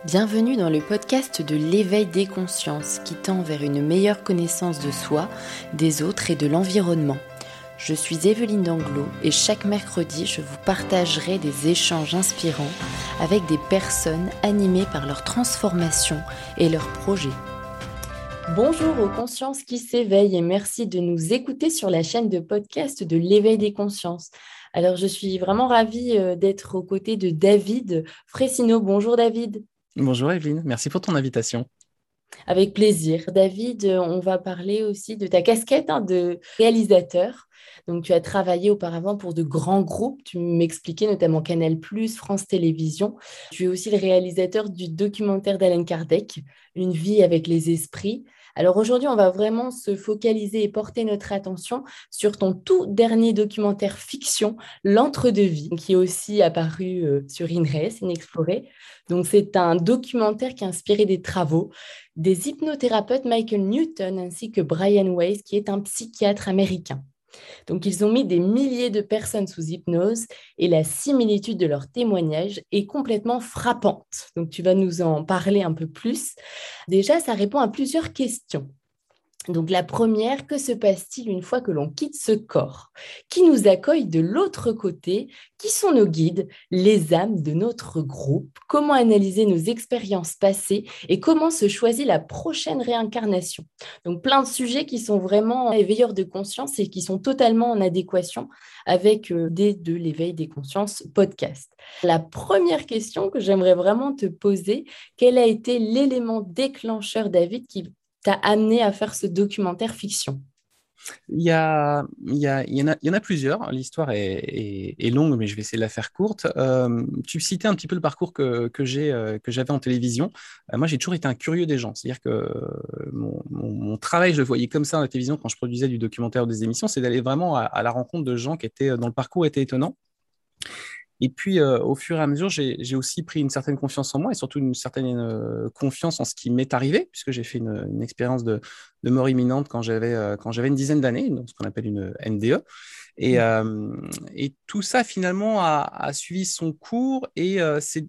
Bienvenue dans le podcast de l'éveil des consciences qui tend vers une meilleure connaissance de soi, des autres et de l'environnement. Je suis Evelyne Danglot et chaque mercredi, je vous partagerai des échanges inspirants avec des personnes animées par leur transformation et leurs projets. Bonjour aux consciences qui s'éveillent et merci de nous écouter sur la chaîne de podcast de l'éveil des consciences. Alors, je suis vraiment ravie d'être aux côtés de David Fressino. Bonjour David. Bonjour Evelyne, merci pour ton invitation. Avec plaisir. David, on va parler aussi de ta casquette de réalisateur. Donc, tu as travaillé auparavant pour de grands groupes. Tu m'expliquais notamment Canal+, France Télévisions. Tu es aussi le réalisateur du documentaire d'Alan Kardec, Une vie avec les esprits. Alors aujourd'hui, on va vraiment se focaliser et porter notre attention sur ton tout dernier documentaire fiction, L'Entre-deux-vies, qui est aussi apparu sur INRES, Inexploré. Donc, c'est un documentaire qui a inspiré des travaux des hypnothérapeutes Michael Newton ainsi que Brian Weiss, qui est un psychiatre américain. Donc, ils ont mis des milliers de personnes sous hypnose et la similitude de leurs témoignages est complètement frappante. Donc, tu vas nous en parler un peu plus. Déjà, ça répond à plusieurs questions. Donc la première, que se passe-t-il une fois que l'on quitte ce corps? Qui nous accueille de l'autre côté? Qui sont nos guides, les âmes de notre groupe? Comment analyser nos expériences passées et comment se choisit la prochaine réincarnation? Donc plein de sujets qui sont vraiment éveilleurs de conscience et qui sont totalement en adéquation avec de l'éveil des consciences podcast. La première question que j'aimerais vraiment te poser, quel a été l'élément déclencheur, David, qui t'a amené à faire ce documentaire fiction? Il y en a plusieurs. L'histoire est longue, mais je vais essayer de la faire courte. Tu citais un petit peu le parcours que j'avais en télévision. Moi, j'ai toujours été un curieux des gens. C'est-à-dire que mon travail, je le voyais comme ça à la télévision quand je produisais du documentaire ou des émissions, c'est d'aller vraiment à la rencontre de gens qui étaient dont le parcours était étonnant. Et puis, au fur et à mesure, j'ai aussi pris une certaine confiance en moi et surtout une certaine confiance en ce qui m'est arrivé, puisque j'ai fait une expérience de mort imminente quand j'avais une dizaine d'années, donc ce qu'on appelle une NDE. Et tout ça, finalement, a suivi son cours et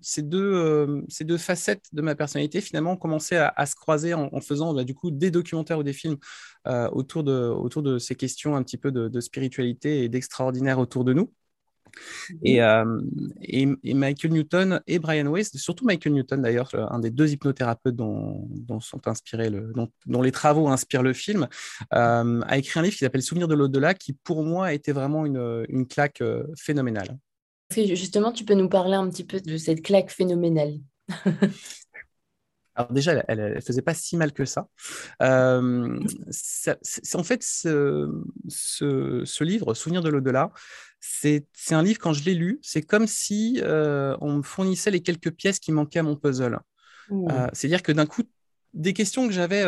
ces deux facettes de ma personnalité, finalement, ont commencé à se croiser en faisant du coup des documentaires ou des films autour de ces questions un petit peu de spiritualité et d'extraordinaire autour de nous. Et, Mhm. euh, et Michael Newton et Brian Weiss, surtout Michael Newton d'ailleurs, un des deux hypnothérapeutes dont les travaux inspirent le film, a écrit un livre qui s'appelle Souvenirs de l'au-delà, qui pour moi était vraiment une claque phénoménale. Est-ce que justement, tu peux nous parler un petit peu de cette claque phénoménale? Alors déjà, elle faisait pas si mal que ça. En fait ce livre, Souvenirs de l'au-delà, c'est un livre, quand je l'ai lu, c'est comme si on me fournissait les quelques pièces qui manquaient à mon puzzle. Mmh. C'est-à-dire que d'un coup, des questions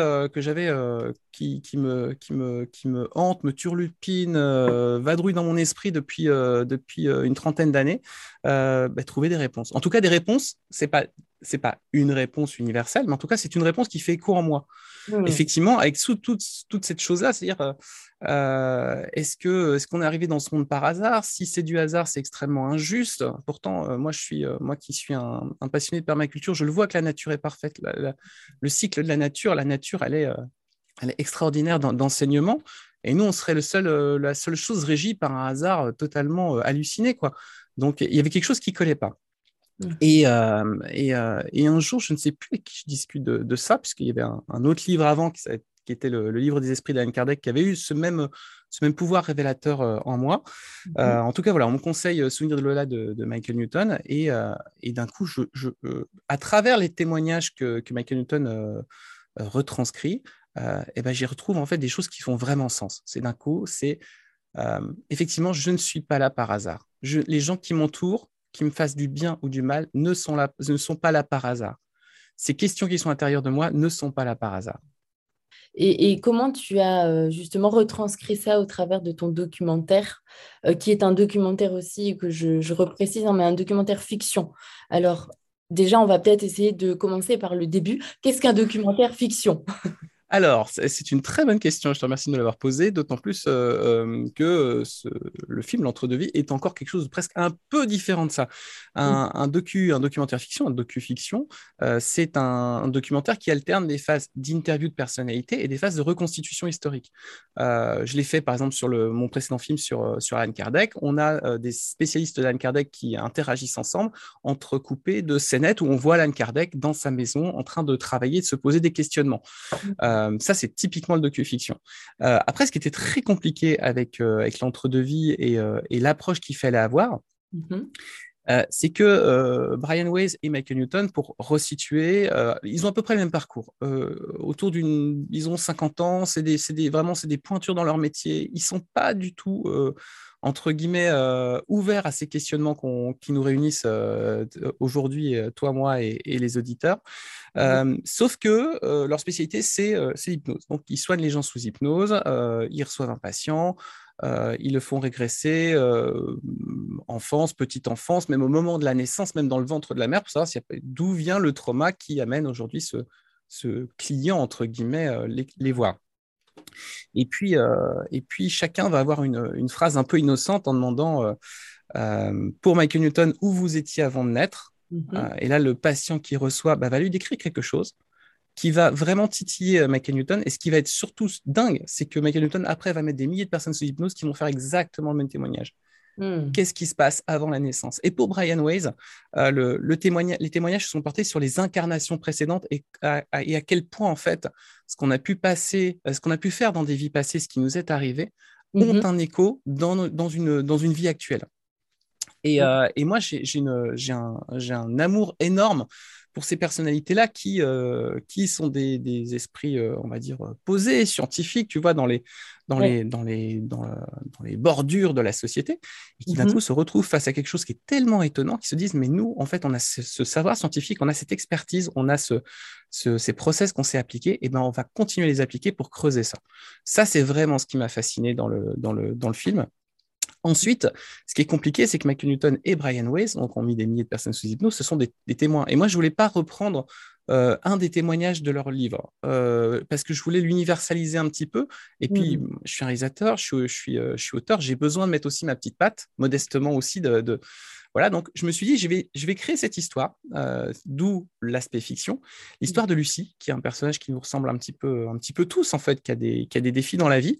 qui me hantent, me turlupinent, vadrouillent dans mon esprit depuis une trentaine d'années, trouver des réponses. En tout cas, des réponses, c'est pas une réponse universelle, mais en tout cas, c'est une réponse qui fait écho en moi. Mmh. Effectivement, avec toute cette chose-là, c'est-à-dire, est-ce qu'on est arrivé dans ce monde par hasard? Si c'est du hasard, c'est extrêmement injuste. Pourtant, moi qui suis un passionné de permaculture, je le vois que la nature est parfaite. Le cycle de la nature, elle est extraordinaire d'enseignement. Et nous, on serait la seule chose régie par un hasard totalement halluciné, quoi. Donc, il y avait quelque chose qui collait pas. Mmh. Et un jour, je ne sais plus avec qui je discute de ça, puisqu'il y avait un autre livre avant qui était le livre des esprits d'Alan Kardec, qui avait eu ce même pouvoir révélateur en moi. Mhm. En tout cas, voilà, on me conseille Souvenir de Lola de Michael Newton. Et d'un coup, à travers les témoignages que Michael Newton retranscrit, j'y retrouve en fait des choses qui font vraiment sens. C'est d'un coup, effectivement, je ne suis pas là par hasard. Les gens qui m'entourent, qui me fassent du bien ou du mal, ne sont pas là par hasard. Ces questions qui sont à l'intérieur de moi ne sont pas là par hasard. Et comment tu as justement retranscrit ça au travers de ton documentaire, qui est un documentaire aussi que je reprécise, hein, mais un documentaire fiction. Alors, déjà, on va peut-être essayer de commencer par le début. Qu'est-ce qu'un documentaire fiction? Alors, c'est une très bonne question. Je te remercie de me l'avoir posée, d'autant plus que le film L'Entre-deux-Vies est encore quelque chose de presque un peu différent de ça. Un documentaire fiction, un docu-fiction, c'est un documentaire qui alterne des phases d'interview de personnalité et des phases de reconstitution historique. Je l'ai fait, par exemple, sur mon précédent film sur Alan Kardec. On a des spécialistes d'Alan Kardec qui interagissent ensemble, entrecoupés de scénettes où on voit Alan Kardec dans sa maison en train de travailler, de se poser des questionnements. Ça, c'est typiquement le docu-fiction. Après, ce qui était très compliqué avec l'entre-deux-vie et l'approche qu'il fallait avoir, Mhm. c'est que Brian Weiss et Michael Newton, pour resituer, ils ont à peu près le même parcours. Ils ont 50 ans, vraiment, c'est des pointures dans leur métier. Ils ne sont pas du tout, entre guillemets, ouverts à ces questionnements qui nous réunissent aujourd'hui, toi, moi et les auditeurs. Sauf que leur spécialité, c'est l'hypnose. Donc, ils soignent les gens sous hypnose, ils reçoivent un patient, ils le font régresser, enfance, petite enfance, même au moment de la naissance, même dans le ventre de la mère, pour savoir d'où vient le trauma qui amène aujourd'hui ce client, entre guillemets, les voir. Et puis, chacun va avoir une phrase un peu innocente en demandant, pour Michael Newton, où vous étiez avant de naître. Mhm. Et là, le patient qui reçoit va lui décrire quelque chose qui va vraiment titiller Michael Newton. Et ce qui va être surtout dingue, c'est que Michael Newton, après, va mettre des milliers de personnes sous hypnose qui vont faire exactement le même témoignage. Mhm. Qu'est-ce qui se passe avant la naissance? Et pour Brian Weiss, les témoignages sont portés sur les incarnations précédentes et à quel point, en fait, ce qu'on a pu passer, ce qu'on a pu faire dans des vies passées, ce qui nous est arrivé, ont Mhm. un écho dans une vie actuelle. Et moi, j'ai un amour énorme pour ces personnalités-là qui sont des esprits, on va dire, posés, scientifiques, tu vois, Ouais. dans les bordures de la société, et qui d'un coup Mhm. se retrouvent face à quelque chose qui est tellement étonnant, qui se disent, mais nous, en fait, on a ce savoir scientifique, on a cette expertise, on a ces process qu'on sait appliquer, et ben on va continuer à les appliquer pour creuser ça. Ça, c'est vraiment ce qui m'a fasciné dans le film. Ensuite, ce qui est compliqué, c'est que Michael Newton et Brian Weiss, donc ont mis des milliers de personnes sous hypnose, ce sont des témoins. Et moi, je voulais pas reprendre un des témoignages de leur livre parce que je voulais l'universaliser un petit peu. Et puis, Mhm. je suis un réalisateur, je suis auteur, j'ai besoin de mettre aussi ma petite patte, modestement aussi, voilà, donc je me suis dit, je vais créer cette histoire, d'où l'aspect fiction, l'histoire de Lucie, qui est un personnage qui nous ressemble un petit peu tous, en fait, qui a des défis dans la vie,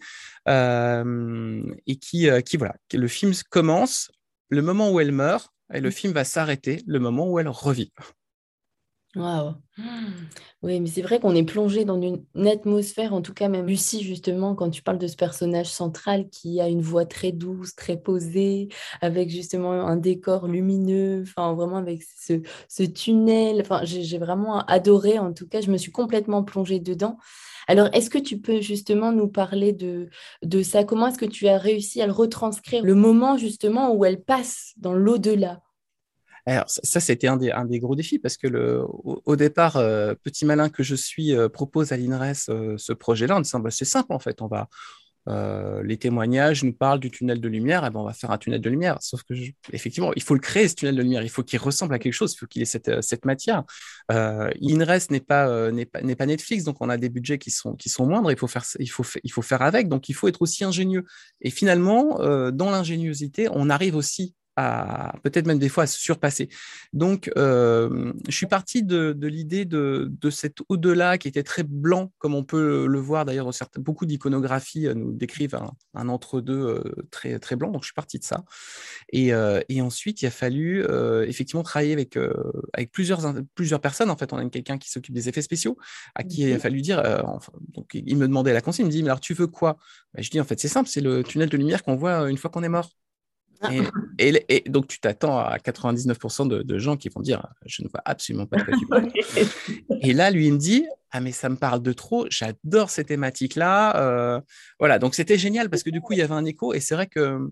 et voilà, le film commence le moment où elle meurt, et le film va s'arrêter le moment où elle revit. Waouh. Oui, mais c'est vrai qu'on est plongé dans une atmosphère, en tout cas même Lucie, justement, quand tu parles de ce personnage central qui a une voix très douce, très posée, avec justement un décor lumineux, enfin vraiment avec ce tunnel. Enfin, j'ai vraiment adoré, en tout cas, je me suis complètement plongée dedans. Alors, est-ce que tu peux justement nous parler de ça? Comment est-ce que tu as réussi à le retranscrire, le moment justement où elle passe dans l'au-delà? Alors, ça, c'était un des gros défis parce que au départ, petit malin que je suis, propose à l'INRES ce projet-là en disant bah, c'est simple en fait, les témoignages nous parlent du tunnel de lumière, et ben on va faire un tunnel de lumière. Sauf que, effectivement, il faut le créer, ce tunnel de lumière. Il faut qu'il ressemble à quelque chose, il faut qu'il ait cette matière. INRES n'est pas Netflix, donc on a des budgets qui sont moindres. Il faut faire avec, donc il faut être aussi ingénieux. Et finalement, dans l'ingéniosité, on arrive aussi à peut-être même des fois à se surpasser. Donc, je suis parti de l'idée de cet au-delà qui était très blanc, comme on peut le voir d'ailleurs dans beaucoup d'iconographies nous décrivent un entre-deux très, très blanc. Donc, je suis parti de ça. Et ensuite, il a fallu effectivement travailler avec plusieurs personnes. En fait, on a quelqu'un qui s'occupe des effets spéciaux, à qui il a fallu dire, enfin, donc, il me demandait la consigne, il me dit, mais alors tu veux quoi? Ben, je dis, en fait, c'est simple, c'est le tunnel de lumière qu'on voit une fois qu'on est mort. Et donc, tu t'attends à 99% de gens qui vont dire, je ne vois absolument pas de quoi tu parles. Et là, lui, il me dit, ah, mais ça me parle de trop, j'adore ces thématiques-là. Voilà, donc c'était génial parce que du coup, il y avait un écho. Et c'est vrai que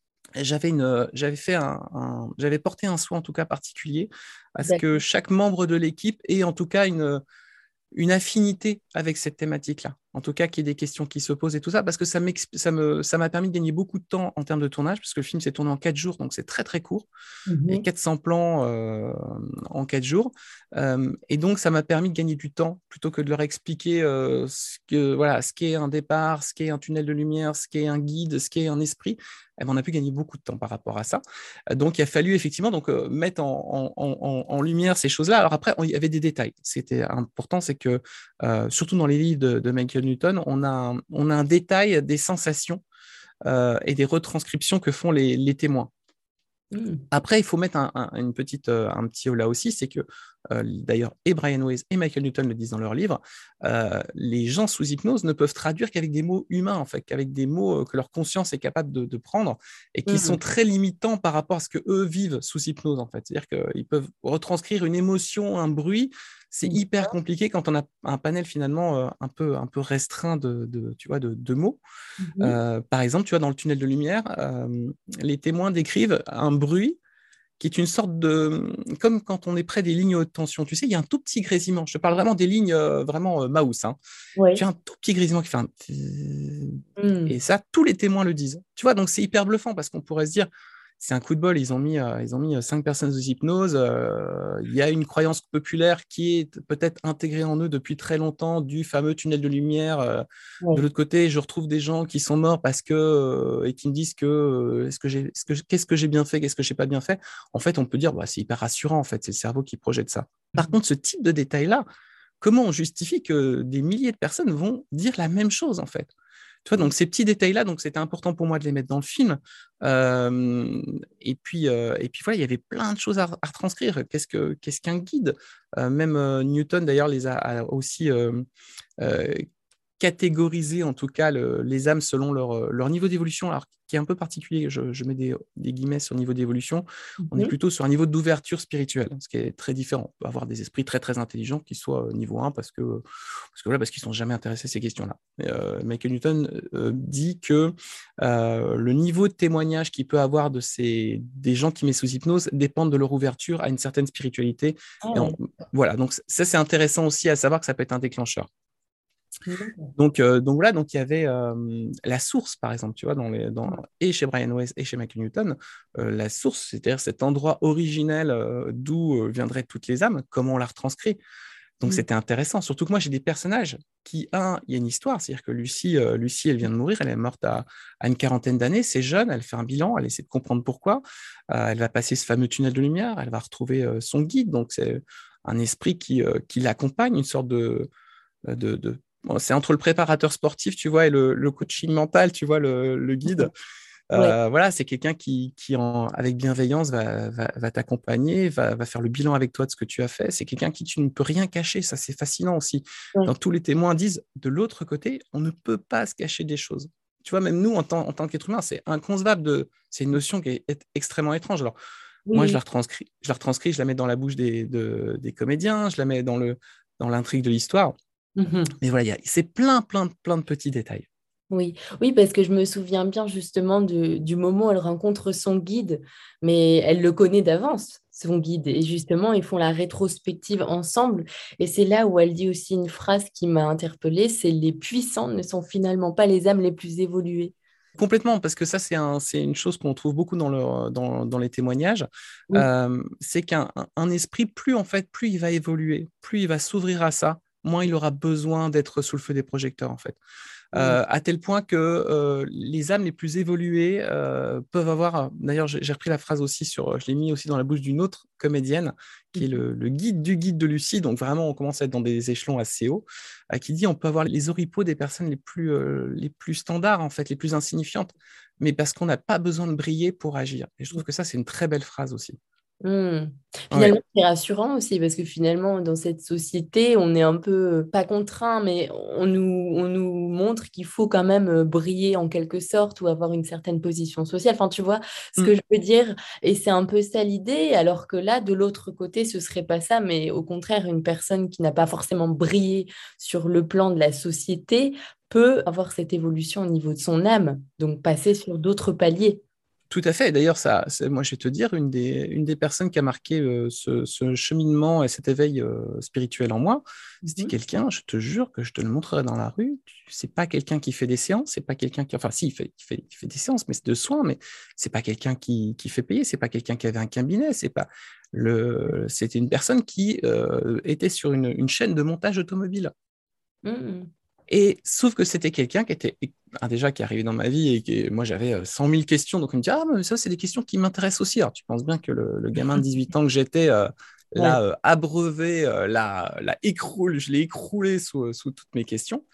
j'avais porté un soin en tout cas particulier à ce que D'accord. chaque membre de l'équipe ait en tout cas une affinité avec cette thématique-là. en tout cas, qu'il y ait des questions qui se posent et tout ça, parce que ça m'a permis de gagner beaucoup de temps en termes de tournage, parce que le film s'est tourné en 4 jours, donc c'est très, très court. Il y a Mhm. 400 plans en 4 jours. Et donc, ça m'a permis de gagner du temps plutôt que de leur expliquer voilà, ce qu'est un départ, ce qu'est un tunnel de lumière, ce qu'est un guide, ce qu'est un esprit. Eh ben, on a pu gagner beaucoup de temps par rapport à ça. Donc, il a fallu effectivement mettre en lumière ces choses-là. Alors après, il y avait des détails. C'était important, c'est que, surtout dans les livres de Michael Newton, on a un détail des sensations et des retranscriptions que font les témoins. Mhm. Après, il faut mettre un petit haut là aussi, c'est que d'ailleurs, et Brian Weiss et Michael Newton le disent dans leur livre, les gens sous hypnose ne peuvent traduire qu'avec des mots humains, en fait, qu'avec des mots que leur conscience est capable de prendre et qui sont Mhm. très limitants par rapport à ce que eux vivent sous hypnose, en fait. C'est-à-dire qu'ils peuvent retranscrire une émotion, un bruit. C'est hyper compliqué quand on a un panel finalement un peu restreint tu vois, de mots. Mhm. Par exemple, tu vois, dans le tunnel de lumière, les témoins décrivent un bruit qui est une sorte de... Comme quand on est près des lignes haute tension. Tu sais, il y a un tout petit grésillement. Je te parle vraiment des lignes vraiment mouse. Hein. Tu Ouais. as un tout petit grésillement qui fait un... Et Mhm. ça, tous les témoins le disent. Tu vois, donc c'est hyper bluffant parce qu'on pourrait se dire, c'est un coup de bol, ils ont mis 5 personnes sous hypnose. Il y a une croyance populaire qui est peut-être intégrée en eux depuis très longtemps du fameux tunnel de lumière. De Ouais. l'autre côté, je retrouve des gens qui sont morts parce que et qui me disent que qu'est-ce que j'ai bien fait, qu'est-ce que j'ai pas bien fait. En fait, on peut dire bah, c'est hyper rassurant. En fait, c'est le cerveau qui projette ça. Par contre, ce type de détail-là, comment on justifie que des milliers de personnes vont dire la même chose en fait? Tu vois, donc ces petits détails-là, donc c'était important pour moi de les mettre dans le film. Et puis voilà, il y avait plein de choses à retranscrire. Qu'est-ce qu'un guide? Même Newton, d'ailleurs, a aussi euh, catégorisé, en tout cas, les âmes selon leur niveau d'évolution, alors qui est un peu particulier. Je mets des guillemets sur niveau d'évolution. On est Mhm. plutôt sur un niveau d'ouverture spirituelle, ce qui est très différent. On peut avoir des esprits très, très intelligents qui soient niveau 1 parce qu'ils ne sont jamais intéressés à ces questions-là. Michael Newton dit que le niveau de témoignage qu'il peut avoir des gens qui mettent sous hypnose dépend de leur ouverture à une certaine spiritualité. Ah Et ouais. voilà, donc ça c'est intéressant aussi à savoir que ça peut être un déclencheur. D'accord. Donc voilà, donc il y avait la source, par exemple, tu vois, et chez Brian Weiss et chez Michael Newton, la source, c'est-à-dire cet endroit originel d'où viendraient toutes les âmes, comment on la retranscrit. Donc Mhm. c'était intéressant, surtout que moi j'ai des personnages qui, il y a une histoire, c'est-à-dire que Lucie, elle vient de mourir, elle est morte à une quarantaine d'années, c'est jeune, elle fait un bilan, elle essaie de comprendre pourquoi, elle va passer ce fameux tunnel de lumière, elle va retrouver son guide, donc c'est un esprit qui l'accompagne, une sorte bon, c'est entre le préparateur sportif, tu vois, et le coaching mental, tu vois, le guide. Ouais. Voilà, c'est quelqu'un avec bienveillance, va t'accompagner, va faire le bilan avec toi de ce que tu as fait. C'est quelqu'un qui tu ne peux rien cacher. Ça, c'est fascinant aussi. Ouais. Quand tous les témoins disent, de l'autre côté, on ne peut pas se cacher des choses. Tu vois, même nous, en tant qu'être humain, c'est inconcevable c'est une notion qui est extrêmement étrange. Alors, moi, Oui. je la retranscris, je la mets dans la bouche des comédiens, je la mets dans l'intrigue de l'histoire. Mhm. Mais voilà, c'est plein de petits détails. Oui, oui, parce que je me souviens bien justement du moment où elle rencontre son guide, mais elle le connaît d'avance, son guide. Et justement, ils font la rétrospective ensemble. Et c'est là où elle dit aussi une phrase qui m'a interpellée, c'est les puissants ne sont finalement pas les âmes les plus évoluées. Complètement, parce que ça, c'est une chose qu'on trouve beaucoup dans les témoignages. Oui. C'est qu'un esprit, plus en fait, plus il va évoluer, plus il va s'ouvrir à ça, moins il aura besoin d'être sous le feu des projecteurs, en fait. Mm. À tel point que les âmes les plus évoluées peuvent avoir. D'ailleurs, j'ai repris la phrase aussi je l'ai mis aussi dans la bouche d'une autre comédienne qui est Mhm. le guide du guide de Lucie. Donc vraiment, on commence à être dans des échelons assez hauts, qui dit on peut avoir les oripeaux des personnes les plus standards en fait, les plus insignifiantes, mais parce qu'on n'a pas besoin de briller pour agir. Et je trouve que ça c'est une très belle phrase aussi. Hmm. Ouais. Finalement, c'est rassurant aussi parce que finalement, dans cette société, on est un peu pas contraint, mais on nous montre qu'il faut quand même briller en quelque sorte ou avoir une certaine position sociale. Enfin, tu vois ce que Mm. je veux dire? Et c'est un peu ça l'idée, alors que là, de l'autre côté, ce serait pas ça, mais au contraire, une personne qui n'a pas forcément brillé sur le plan de la société peut avoir cette évolution au niveau de son âme, donc passer sur d'autres paliers. Tout à fait. Et d'ailleurs, moi, je vais te dire, une des personnes qui a marqué ce cheminement et cet éveil spirituel en moi, c'était Mhm. quelqu'un, je te jure que je te le montrerai dans la rue. C'est pas quelqu'un qui fait des séances, c'est pas quelqu'un qui, enfin, si, il fait des séances, mais c'est de soins, mais c'est pas quelqu'un qui fait payer, c'est pas quelqu'un qui avait un cabinet, c'était une personne qui était sur une chaîne de montage automobile. Mhm. Et sauf que c'était quelqu'un qui était déjà qui arrivait dans ma vie et que moi j'avais 100 000 questions. Donc il me dit, ah, mais ça, c'est des questions qui m'intéressent aussi. Alors tu penses bien que le gamin de 18 ans que j'étais, Ouais. l'a abreuvé, je l'ai écroulé sous toutes mes questions.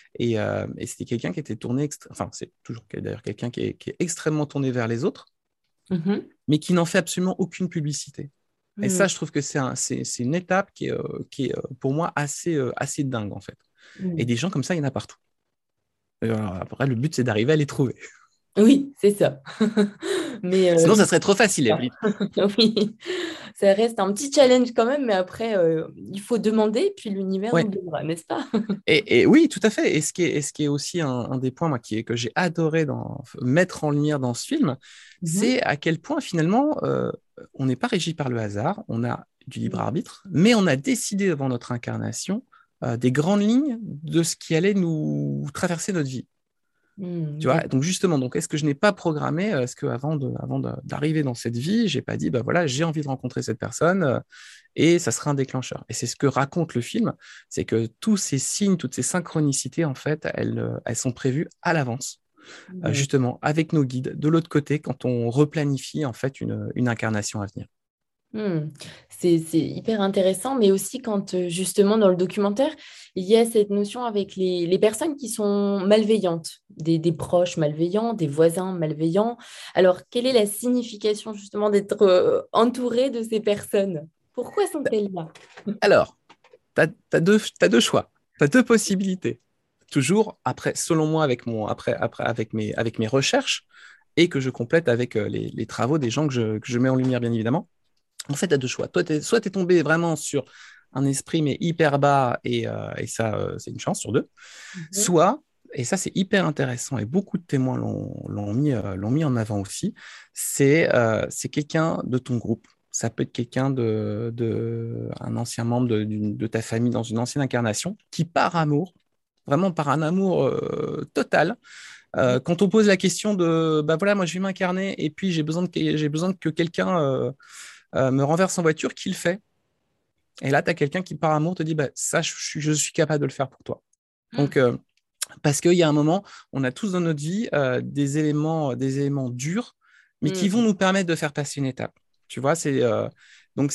Et c'était quelqu'un qui était tourné, enfin, c'est toujours d'ailleurs quelqu'un qui est extrêmement tourné vers les autres, Mhm. mais qui n'en fait absolument aucune publicité. Et ça, Mhm. je trouve que c'est une étape qui est pour moi assez dingue, en fait. Et Mhm. des gens comme ça, il y en a partout. Alors, après, le but, c'est d'arriver à les trouver. Oui, c'est ça. Mais Sinon, ça serait trop facile, Evelyne. oui, ça reste un petit challenge quand même, mais après, il faut demander, puis l'univers nous Ouais. donnera, n'est-ce pas? Et oui, tout à fait. Et ce qui est aussi un des points moi, que j'ai adoré mettre en lumière dans ce film, Mhm. c'est à quel point finalement, on n'est pas régi par le hasard, on a du libre arbitre, mais on a décidé devant notre incarnation des grandes lignes de ce qui allait nous traverser notre vie. Tu vois, D'accord. donc justement, est-ce que je n'ai pas programmé, est-ce que d'arriver dans cette vie, j'ai pas dit, bah voilà, j'ai envie de rencontrer cette personne et ça sera un déclencheur. Et c'est ce que raconte le film, c'est que tous ces signes, toutes ces synchronicités, en fait, elles sont prévues à l'avance, D'accord. justement, avec nos guides, de l'autre côté, quand on replanifie, en fait, une incarnation à venir. Hmm. C'est hyper intéressant, mais aussi quand justement dans le documentaire, il y a cette notion avec les personnes qui sont malveillantes, des proches malveillants, des voisins malveillants. Alors, quelle est la signification justement d'être entouré de ces personnes? Pourquoi sont-elles là? Alors, t'as deux choix, tu as deux possibilités. Toujours, après, selon moi, après, avec mes recherches, et que je complète avec les travaux des gens que je mets en lumière, bien évidemment. En fait, tu as deux choix. Toi, soit tu es tombé vraiment sur un esprit, mais hyper bas, et ça, c'est une chance sur deux. Mhm. Soit, et ça, c'est hyper intéressant, et beaucoup de témoins l'ont mis en avant aussi, c'est quelqu'un de ton groupe. Ça peut être quelqu'un un ancien membre de ta famille dans une ancienne incarnation qui, par amour, vraiment par un amour total, Mhm. quand on pose la question de, bah voilà, moi je vais m'incarner et puis j'ai besoin que quelqu'un me renverse en voiture, qui le fait. Et là, tu as quelqu'un qui, par amour, te dit, bah, ça, je suis capable de le faire pour toi. Donc, parce qu'il y a un moment, on a tous dans notre vie des éléments durs, mais qui vont Mhm. nous permettre de faire passer une étape. Tu vois, donc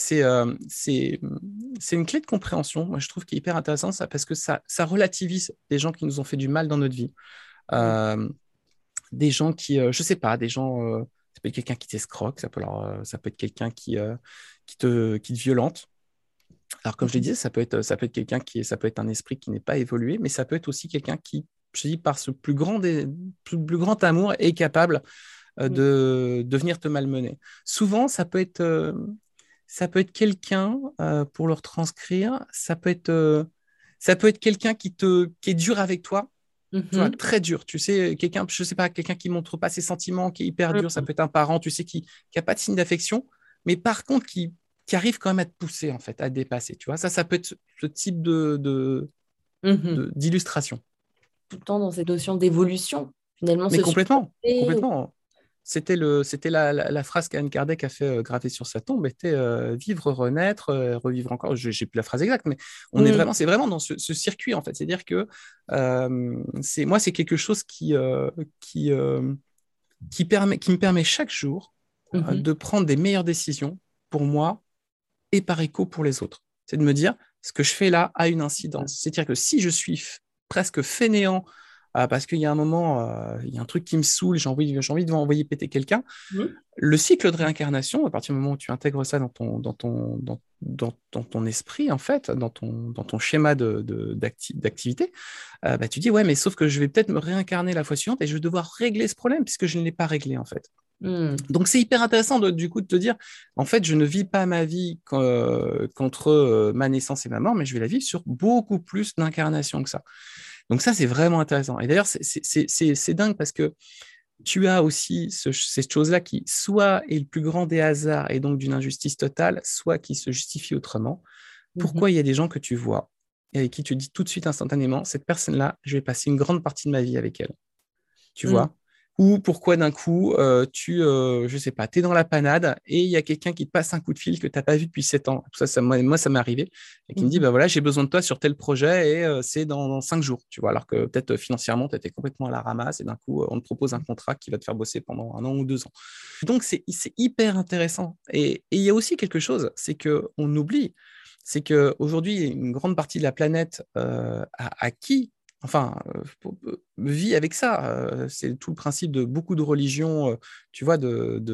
c'est une clé de compréhension. Moi, je trouve qui est hyper intéressant ça, parce que ça relativise des gens qui nous ont fait du mal dans notre vie. Mhm. Euh, des gens qui, je sais pas, des gens, ça peut être quelqu'un qui t'escroque, ça peut être quelqu'un qui te violente. Alors, comme je le disais, ça peut être quelqu'un ça peut être un esprit qui n'est pas évolué, mais ça peut être aussi quelqu'un qui, je te dis, par ce plus grand amour, est capable Mhm. de venir te malmener. Souvent, ça peut être quelqu'un, pour le retranscrire, ça peut être quelqu'un qui est dur avec toi, tu vois, Mhm. très dur. Tu sais, quelqu'un, je sais pas, quelqu'un qui montre pas ses sentiments, qui est hyper dur. Ça Mhm. peut être un parent, tu sais, qui a pas de signe d'affection, mais par contre, qui arrive quand même à te pousser, en fait, à te dépasser. Tu vois, ça peut être ce type Mhm. d'illustration. Tout le temps dans cette notion d'évolution, finalement, Mais se complètement, supporter. complètement. C'était la phrase qu'Anne Kardec a fait graver sur sa tombe, était vivre, renaître, revivre encore. J'ai plus la phrase exacte, mais Mhm. c'est vraiment dans ce circuit, en fait. C'est-à-dire que c'est quelque chose qui, euh, qui me permet chaque jour Mhm. de prendre des meilleures décisions pour moi et par écho pour les autres. C'est de me dire, ce que je fais là a une incidence. C'est-à-dire que si je suis presque fainéant, parce qu'il y a un moment, il y a un truc qui me saoule, j'ai envie de envoyer péter quelqu'un, Mhm. le cycle de réincarnation, à partir du moment où tu intègres ça dans ton esprit, en fait, dans ton schéma d'activité, bah, tu dis, ouais, mais sauf que je vais peut-être me réincarner la fois suivante et je vais devoir régler ce problème puisque je ne l'ai pas réglé, en fait. Mhm. Donc, c'est hyper intéressant du coup de te dire, en fait, je ne vis pas ma vie qu'entre ma naissance et ma mort, mais je vais la vivre sur beaucoup plus d'incarnations que ça. Donc, ça, c'est vraiment intéressant. Et d'ailleurs, c'est dingue parce que tu as aussi cette chose-là qui soit est le plus grand des hasards et donc d'une injustice totale, soit qui se justifie autrement. Mhm. Pourquoi il y a des gens que tu vois et avec qui tu dis tout de suite instantanément, cette personne-là, je vais passer une grande partie de ma vie avec elle, tu Mhm. vois? Ou pourquoi d'un coup, je sais pas, tu es dans la panade et il y a quelqu'un qui te passe un coup de fil que tu n'as pas vu depuis 7 ans. Moi, ça m'est arrivé et qui me dit, Mhm. bah voilà, j'ai besoin de toi sur tel projet et c'est dans 5 jours, tu vois, alors que peut-être financièrement, tu étais complètement à la ramasse et d'un coup, on te propose un contrat qui va te faire bosser pendant 1 an ou 2 ans. Donc, c'est hyper intéressant. Et il y a aussi quelque chose, c'est qu'on oublie, c'est qu'aujourd'hui, une grande partie de la planète a acquis enfin, vit avec ça. C'est tout le principe de beaucoup de religions, tu vois,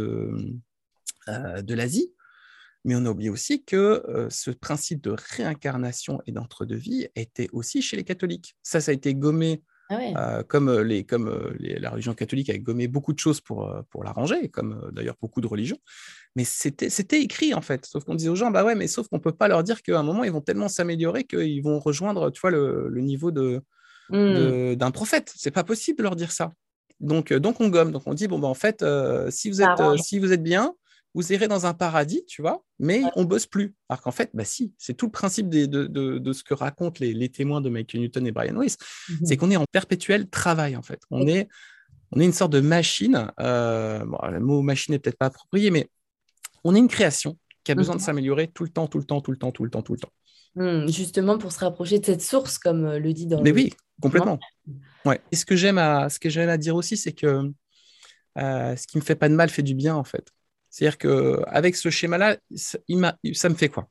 de l'Asie. Mais on oublie aussi que ce principe de réincarnation et d'entre-deux-vie était aussi chez les catholiques. Ça a été gommé Ah ouais. la religion catholique a gommé beaucoup de choses pour l'arranger, comme d'ailleurs beaucoup de religions. Mais c'était écrit en fait. Sauf qu'on disait aux gens, bah ouais, mais sauf qu'on ne peut pas leur dire qu'à un moment, ils vont tellement s'améliorer qu'ils vont rejoindre, tu vois, le niveau Mhm. d'un prophète. C'est pas possible de leur dire ça. Donc on gomme. Donc on dit bon ben en fait, Ça arrange. si vous êtes bien, vous irez dans un paradis, tu vois, mais on bosse plus. Alors qu'en fait, bah si, c'est tout le principe de ce que racontent les témoins de Michael Newton et Brian Weiss, c'est Mhm. qu'on est en perpétuel travail en fait. On est une sorte de machine. Bon, le mot machine n'est peut-être pas approprié, mais on est une création qui a besoin de Mhm. s'améliorer tout le temps, tout le temps, tout le temps, tout le temps, tout le temps. Justement pour se rapprocher de cette source, comme le dit dans Mais le oui, document. complètement. Ouais. Et ce que j'aime à dire aussi, c'est que ce qui me fait pas de mal fait du bien en fait. C'est-à-dire que avec ce schéma-là, ça me fait quoi?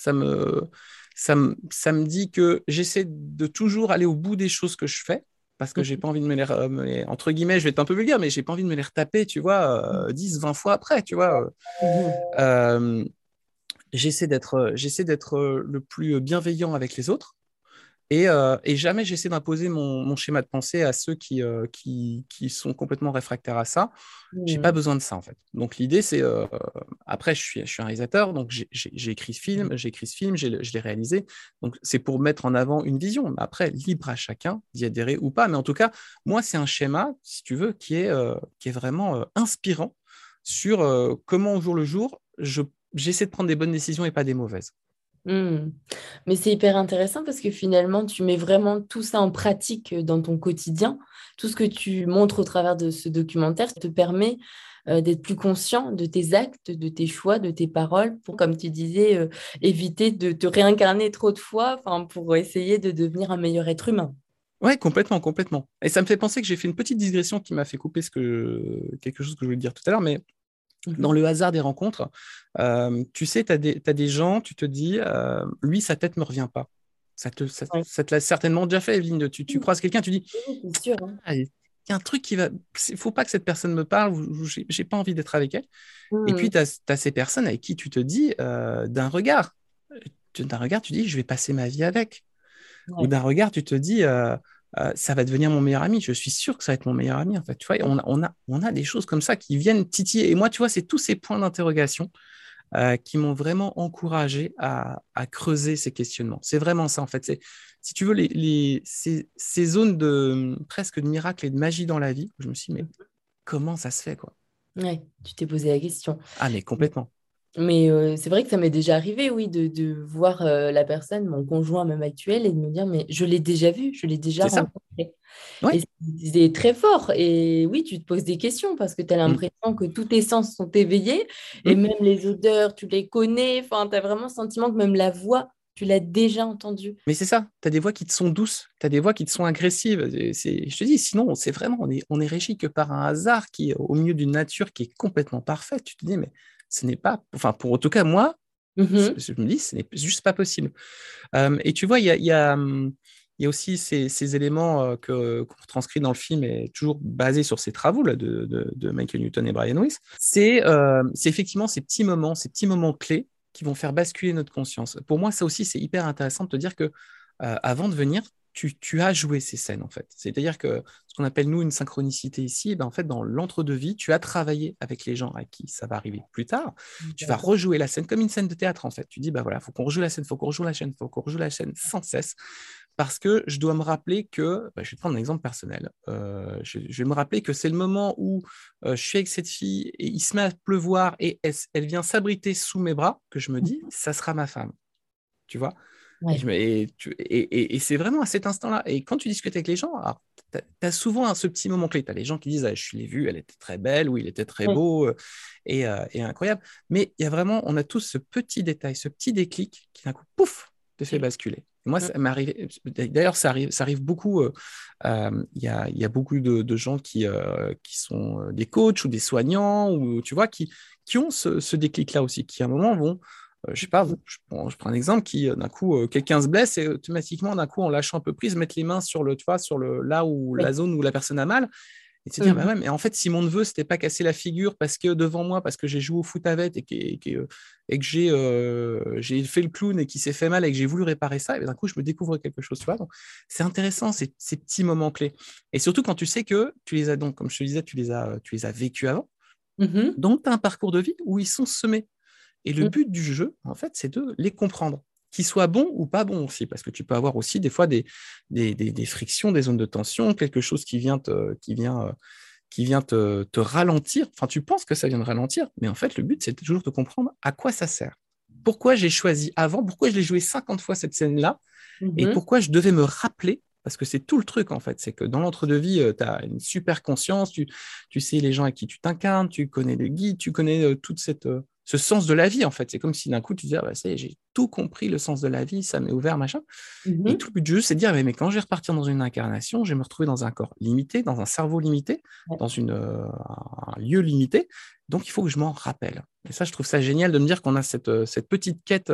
Ça me dit que j'essaie de toujours aller au bout des choses que je fais parce que j'ai pas envie de entre guillemets, je vais être un peu vulgaire, mais j'ai pas envie de me les retaper, tu vois, 10, 20 fois après, tu vois. Mhm. Euh, j'essaie d'être le plus bienveillant avec les autres. Et jamais j'essaie d'imposer mon schéma de pensée à ceux qui sont complètement réfractaires à ça. J'ai pas Mhm. besoin de ça, en fait. Donc, l'idée, c'est. Après, je suis un réalisateur, donc j'ai écrit ce film, je l'ai réalisé. Donc, c'est pour mettre en avant une vision. Mais après, libre à chacun d'y adhérer ou pas. Mais en tout cas, moi, c'est un schéma, si tu veux, qui est vraiment inspirant sur comment, au jour le jour, j'essaie de prendre des bonnes décisions et pas des mauvaises. Hmm. Mais c'est hyper intéressant parce que finalement, tu mets vraiment tout ça en pratique dans ton quotidien. Tout ce que tu montres au travers de ce documentaire te permet d'être plus conscient de tes actes, de tes choix, de tes paroles, pour, comme tu disais, éviter de te réincarner trop de fois, enfin, pour essayer de devenir un meilleur être humain. Ouais, complètement, complètement. Et ça me fait penser que j'ai fait une petite digression qui m'a fait couper quelque chose que je voulais dire tout à l'heure, mais dans Mhm. le hasard des rencontres, tu sais, t'as des gens, tu te dis, lui, sa tête ne me revient pas. Ouais. Ça te l'a certainement déjà fait, Evelyne. Tu croises quelqu'un, tu dis, Oui, c'est sûr, hein. ah, il y a un truc qui va. Il faut pas que cette personne me parle, ou j'ai pas envie d'être avec elle. Et puis, Hmm. tu as ces personnes avec qui tu te dis, d'un regard, tu dis, je vais passer ma vie avec. Ou Ouais. d'un regard, tu te dis, ça va devenir mon meilleur ami. Je suis sûr que ça va être mon meilleur ami, en fait. Tu vois, on a des choses comme ça qui viennent titiller. Et moi, tu vois, c'est tous ces points d'interrogation qui m'ont vraiment encouragé à creuser ces questionnements. C'est vraiment ça, en fait. Si tu veux, ces zones presque de miracle et de magie dans la vie, où je me suis dit, mais comment ça se fait, quoi? Ouais, tu t'es posé la question. Ah, mais complètement. Mais c'est vrai que ça m'est déjà arrivé, oui, de voir la personne, mon conjoint même actuel, et de me dire, mais je l'ai déjà vu, je l'ai déjà C'est ça. rencontré. Ouais. Et c'est très fort. Et oui, tu te poses des questions parce que tu as Mm. l'impression que tous tes sens sont éveillés, et Mm. même les odeurs, tu les connais. Enfin, tu as vraiment le sentiment que même la voix, tu l'as déjà entendue. Mais c'est ça, tu as des voix qui te sont douces, tu as des voix qui te sont agressives. Je te dis, sinon, c'est vraiment, on est régi que par un hasard qui est au milieu d'une nature qui est complètement parfaite. Tu te dis, mais ce n'est pas, enfin, pour en tout cas, moi, Mhm. je me dis, ce n'est juste pas possible. Et tu vois, il y a aussi ces éléments qu'on retranscrit dans le film et toujours basés sur ces travaux là, de Michael Newton et Brian Weiss. C'est effectivement ces petits moments clés qui vont faire basculer notre conscience. Pour moi, ça aussi, c'est hyper intéressant de te dire que avant de venir, tu as joué ces scènes en fait. C'est-à-dire que ce qu'on appelle nous une synchronicité ici, eh ben, en fait, dans l'entre-deux-vie, tu as travaillé avec les gens à qui ça va arriver plus tard. Tu vas D'accord. rejouer la scène comme une scène de théâtre en fait. Tu dis, bah voilà, faut qu'on rejoue la scène, faut qu'on rejoue la scène, faut qu'on rejoue la scène sans cesse parce que je dois me rappeler que, je vais te prendre un exemple personnel, je vais me rappeler que c'est le moment où je suis avec cette fille et il se met à pleuvoir et elle vient s'abriter sous mes bras, que je me dis, ça sera ma femme, tu vois. Et, Ouais. et c'est vraiment à cet instant-là. Et quand tu discutes avec les gens, tu as souvent ce petit moment clé. Tu as les gens qui disent, ah, je l'ai vue, elle était très belle, oui, il était très Ouais. beau et incroyable. Mais il y a vraiment, on a tous ce petit détail, ce petit déclic qui d'un coup, pouf, te fait basculer. Et moi, Mm. ça m'est arrivé. D'ailleurs, ça arrive beaucoup. Il y a beaucoup de gens qui sont des coachs ou des soignants, ou tu vois, qui ont ce déclic-là aussi, qui à un moment vont je sais pas, je prends un exemple qui, d'un coup, quelqu'un se blesse et automatiquement, d'un coup, en lâchant un peu prise, mettre les mains sur le, tu vois, sur le, là où la Ouais. zone où la personne a mal et de se dire, bah Mhm. ouais, mais en fait, si mon neveu s'était pas cassé la figure parce que devant moi, parce que j'ai joué au foot avec et que j'ai fait le clown et qu'il s'est fait mal et que j'ai voulu réparer ça, et d'un coup, je me découvre quelque chose, tu vois. Donc, c'est intéressant, ces petits moments clés. Et surtout quand tu sais que tu les as donc, comme je te disais, tu les as vécus avant. Mhm. Donc, tu as un parcours de vie où ils sont semés. Et le Mhm. but du jeu, en fait, c'est de les comprendre, qu'ils soient bons ou pas bons aussi, parce que tu peux avoir aussi des fois des frictions, des zones de tension, quelque chose qui vient te ralentir. Enfin, tu penses que ça vient de ralentir, mais en fait, le but, c'est toujours de comprendre à quoi ça sert. Pourquoi j'ai choisi avant, pourquoi je l'ai joué 50 fois cette scène-là, et Mhm. pourquoi je devais me rappeler, parce que c'est tout le truc en fait, c'est que dans l'entre-deux-vie, tu as une super conscience, tu sais les gens à qui tu t'incarnes, tu connais le guide, tu connais toute ce sens de la vie en fait. C'est comme si d'un coup tu disais, ah, bah, ça y est, j'ai tout compris, le sens de la vie, ça m'est ouvert, machin. Et Mhm. tout le but du jeu, c'est de dire, mais quand je vais repartir dans une incarnation, je vais me retrouver dans un corps limité, dans un cerveau limité, Ouais. dans un lieu limité. Donc il faut que je m'en rappelle. Et ça, je trouve ça génial de me dire qu'on a cette petite quête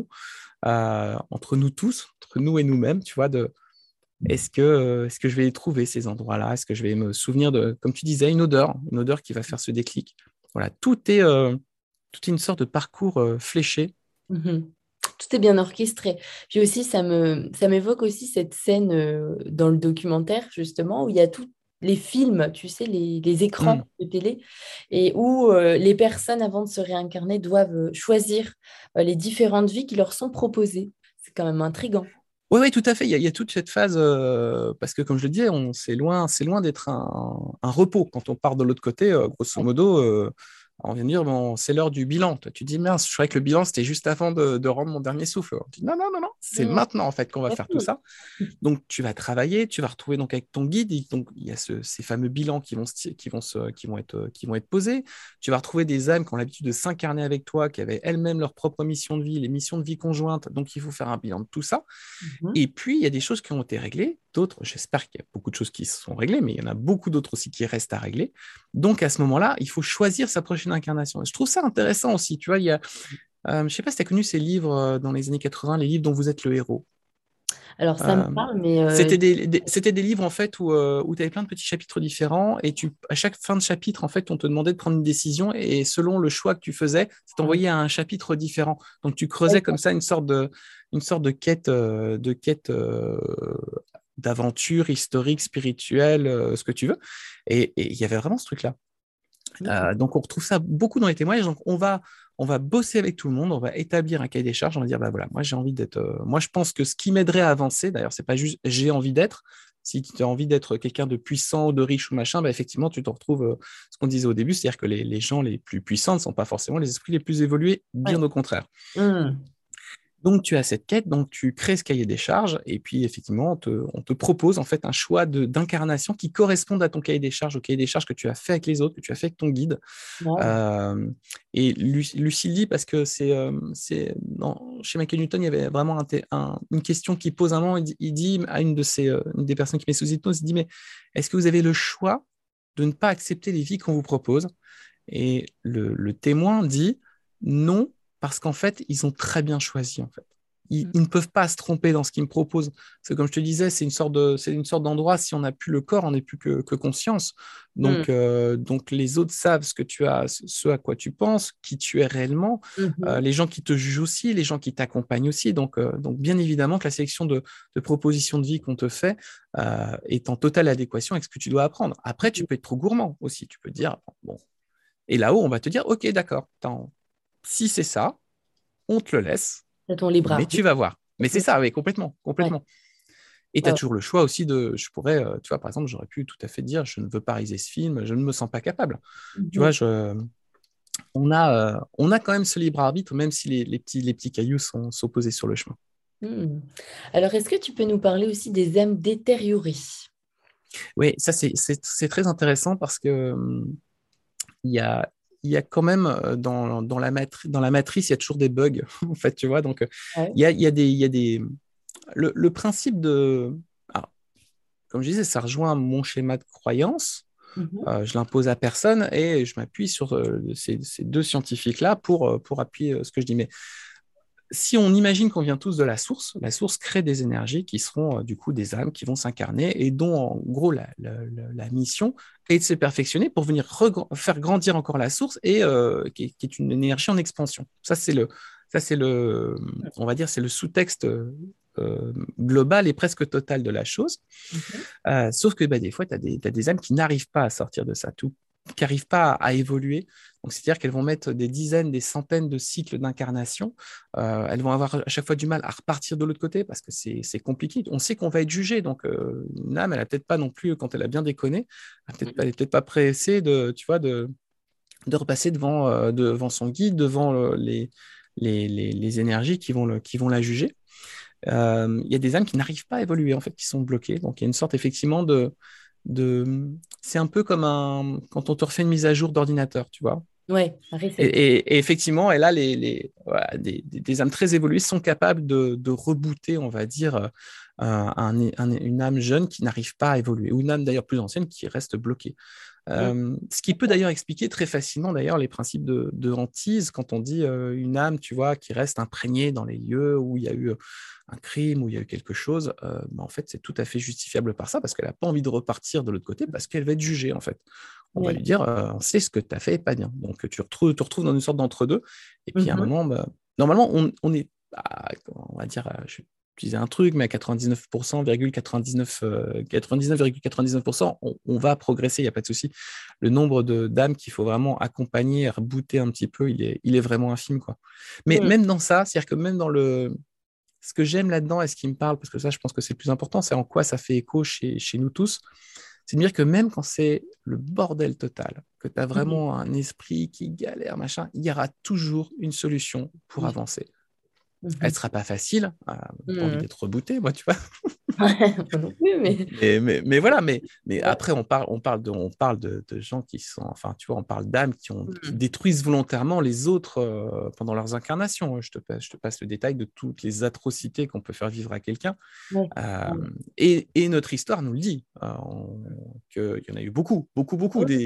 entre nous tous, entre nous et nous-mêmes, tu vois, de est-ce que je vais les trouver, ces endroits-là? Est-ce que je vais me souvenir de, comme tu disais, une odeur qui va faire ce déclic? Voilà, tout est une sorte de parcours fléché. Mhm. Tout est bien orchestré. Puis aussi, ça m'évoque aussi cette scène dans le documentaire, justement, où il y a tous les films, tu sais, les Hmm. écrans de télé, et où les personnes, avant de se réincarner, doivent choisir les différentes vies qui leur sont proposées. C'est quand même intriguant. Oui, oui, tout à fait. Il y a toute cette phase, parce que comme je le disais, c'est loin d'être un repos. Quand on part de l'autre côté, grosso Ouais. modo, on vient de dire, bon, c'est l'heure du bilan. Toi, tu dis, mince, je croyais que le bilan, c'était juste avant de rendre mon dernier souffle. On dit, non, non, non, non, c'est Non. maintenant, en fait, qu'on va faire tout ça. Donc, tu vas travailler, tu vas retrouver donc avec ton guide. Et donc, il y a ces fameux bilans qui vont être posés. Tu vas retrouver des âmes qui ont l'habitude de s'incarner avec toi, qui avaient elles-mêmes leur propre mission de vie, les missions de vie conjointes. Donc, il faut faire un bilan de tout ça. Mhm. Et puis, il y a des choses qui ont été réglées, d'autres, j'espère qu'il y a beaucoup de choses qui se sont réglées, mais il y en a beaucoup d'autres aussi qui restent à régler. Donc, à ce moment-là, il faut choisir sa prochaine incarnation. Et je trouve ça intéressant aussi. Tu vois, je ne sais pas si tu as connu ces livres dans les années 80, les livres dont vous êtes le héros. Alors, ça me Euh, parle, mais C'était des livres en fait où tu avais plein de petits chapitres différents et à chaque fin de chapitre en fait on te demandait de prendre une décision et selon le choix que tu faisais, ça t'envoyait à un chapitre différent. Donc tu creusais comme ça une sorte de quête d'aventure historique, spirituelle, ce que tu veux. Et il y avait vraiment ce truc-là. Donc, on retrouve ça beaucoup dans les témoignages. Donc, on va bosser avec tout le monde, on va établir un cahier des charges, on va dire, bah voilà, moi j'ai envie d'être. Moi, je pense que ce qui m'aiderait à avancer, d'ailleurs, c'est pas juste j'ai envie d'être. Si tu as envie d'être quelqu'un de puissant ou de riche ou machin, bah, effectivement, tu te retrouves ce qu'on disait au début, c'est-à-dire que les gens les plus puissants ne sont pas forcément les esprits les plus évolués, bien ouais. au contraire. Mhm. Donc, tu as cette quête, donc tu crées ce cahier des charges, et puis effectivement, on te propose en fait un choix d'incarnation qui corresponde à ton cahier des charges, au cahier des charges que tu as fait avec les autres, que tu as fait avec ton guide. Wow. Euh, et Lucille dit, parce que chez Michael Newton, il y avait vraiment une question qui pose un moment, il dit à une des personnes qui met sous hypnose, il dit, mais est-ce que vous avez le choix de ne pas accepter les vies qu'on vous propose? Et le témoin dit non, parce qu'en fait, ils ont très bien choisi, en fait. Ils ne peuvent pas se tromper dans ce qu'ils me proposent. Parce que comme je te disais, c'est une sorte d'endroit, si on n'a plus le corps, on n'est plus que conscience. Mhm. Donc, les autres savent ce que tu as, ce à quoi tu penses, qui tu es réellement, Mhm. les gens qui te jugent aussi, les gens qui t'accompagnent aussi. Donc, bien évidemment que la sélection de propositions de vie qu'on te fait est en totale adéquation avec ce que tu dois apprendre. Après, tu peux être trop gourmand aussi. Tu peux te dire, bon, et là-haut, on va te dire, OK, d'accord, si c'est ça, on te le laisse, C'est ton libre mais tu arbitre. vas voir. Mais c'est ça, oui, complètement, Ouais. complètement. Et tu as Ah, toujours le choix aussi je pourrais, tu vois, par exemple, j'aurais pu tout à fait dire, je ne veux pas réaliser ce film, je ne me sens pas capable. Tu vois, mhm. on a quand même ce libre arbitre, même si les petits cailloux sont posés sur le chemin. Hmm. Alors, est-ce que tu peux nous parler aussi des âmes détériorées? Oui, ça, c'est très intéressant parce que il y a, il y a quand même dans la matrice, il y a toujours des bugs, en fait, tu vois. Donc, Ouais. il y a des... Le principe de... Alors, comme je disais, ça rejoint mon schéma de croyance. Mhm. Je l'impose à personne et je m'appuie sur ces deux scientifiques-là pour appuyer ce que je dis. Mais si on imagine qu'on vient tous de la source crée des énergies qui seront du coup des âmes qui vont s'incarner et dont en gros la mission est de se perfectionner pour venir faire grandir encore la source et qui est une énergie en expansion. Ça c'est le, on va dire, c'est le sous-texte global et presque total de la chose. Mhm. Sauf que bah, des fois, tu as, t'as des âmes qui n'arrivent pas à sortir de ça, tout, qui n'arrivent pas à évoluer. Donc, c'est-à-dire qu'elles vont mettre des dizaines, des centaines de cycles d'incarnation. Elles vont avoir à chaque fois du mal à repartir de l'autre côté parce que c'est compliqué. On sait qu'on va être jugé. Donc, une âme, elle n'a peut-être pas non plus, quand elle a bien déconné, elle n'est peut-être pas pressée tu vois, de repasser devant son guide, devant les énergies qui vont la juger. Il y a des âmes qui n'arrivent pas à évoluer, en fait, qui sont bloquées. Donc, il y a une sorte, effectivement, de... C'est un peu comme quand on te refait une mise à jour d'ordinateur, tu vois. Ouais, un Et, reset. et effectivement, et là, voilà, des âmes très évoluées sont capables de rebooter, on va dire, une âme jeune qui n'arrive pas à évoluer, ou une âme d'ailleurs plus ancienne qui reste bloquée. Hmm. Ce qui peut d'ailleurs expliquer très facilement d'ailleurs les principes de hantise quand on dit une âme, tu vois, qui reste imprégnée dans les lieux où il y a eu un crime, où il y a eu quelque chose. Bah, en fait, c'est tout à fait justifiable par ça parce qu'elle n'a pas envie de repartir de l'autre côté parce qu'elle va être jugée en fait. On va Ouais. lui dire, on sait ce que tu as fait est pas bien. Donc te retrouves dans une sorte d'entre-deux. Et puis à un Mhm. moment, bah, normalement, on est, on va dire, je disais un truc, mais à 99%, 99,99%, on va progresser, il n'y a pas de souci. Le nombre d'âmes qu'il faut vraiment accompagner, rebooter un petit peu, il est vraiment infime, quoi. Mais Hmm. même dans ça, c'est-à-dire que même dans ce que j'aime là-dedans et ce qui me parle, parce que ça, je pense que c'est le plus important, c'est en quoi ça fait écho chez nous tous, c'est de dire que même quand c'est le bordel total, que tu as Mhm. vraiment un esprit qui galère, machin, il y aura toujours une solution pour Oui. avancer. Elle ne Mhm. sera pas facile, pas envie Hmm. d'être rebooté, moi, tu vois. Moi non plus, mais Mais voilà, mais ouais. après, on parle de gens qui sont, enfin, tu vois, on parle d'âmes qui Hmm. détruisent volontairement les autres pendant leurs incarnations. Je te passe le détail de toutes les atrocités qu'on peut faire vivre à quelqu'un. Ouais. Euh, Ouais. et notre histoire nous le dit, qu'il y en a eu beaucoup, beaucoup, beaucoup Ouais,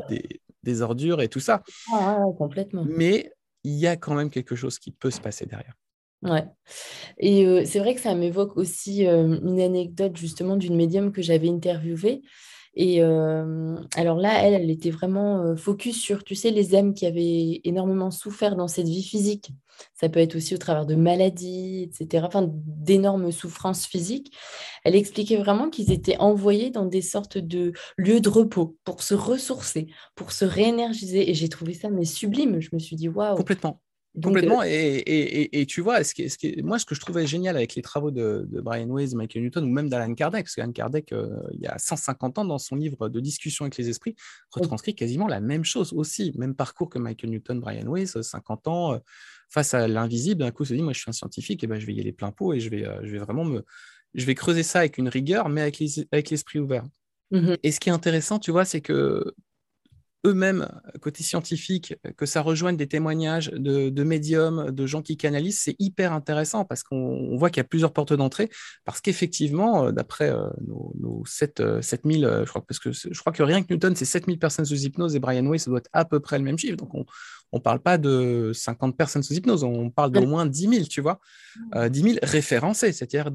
des ordures et tout ça. ouais, complètement. Mais il y a quand même quelque chose qui peut se passer derrière. Ouais. Et c'est vrai que ça m'évoque aussi une anecdote justement d'une médium que j'avais interviewée. Et alors là, elle était vraiment focus sur, tu sais, les âmes qui avaient énormément souffert dans cette vie physique. Ça peut être aussi au travers de maladies, etc., enfin, d'énormes souffrances physiques. Elle expliquait vraiment qu'ils étaient envoyés dans des sortes de lieux de repos pour se ressourcer, pour se réénergiser. Et j'ai trouvé ça mais sublime. Je me suis dit, waouh. Complètement. Donc, Complètement. Et tu vois, moi, ce que je trouvais génial avec les travaux de Brian Weiss, Michael Newton ou même d'Alan Kardec, parce qu'Alan Kardec, il y a 150 ans, dans son livre de discussion avec les esprits, retranscrit quasiment la même chose aussi. Même parcours que Michael Newton, Brian Weiss, 50 ans, face à l'invisible, d'un coup, se dit, moi, je suis un scientifique, et ben, je vais y aller plein pot et je vais vraiment je vais creuser ça avec une rigueur, mais avec l'esprit ouvert. mhm, Et ce qui est intéressant, tu vois, c'est que eux-mêmes, côté scientifique, que ça rejoigne des témoignages de médiums, de gens qui canalisent, c'est hyper intéressant parce qu'on voit qu'il y a plusieurs portes d'entrée. Parce qu'effectivement, d'après nos 7000, je crois que rien que Newton, c'est 7000 personnes sous hypnose et Brian Way, ça doit être à peu près le même chiffre. Donc, on ne parle pas de 50 personnes sous hypnose, on parle d'au moins 10 000, tu vois. 10 000 référencés, c'est-à-dire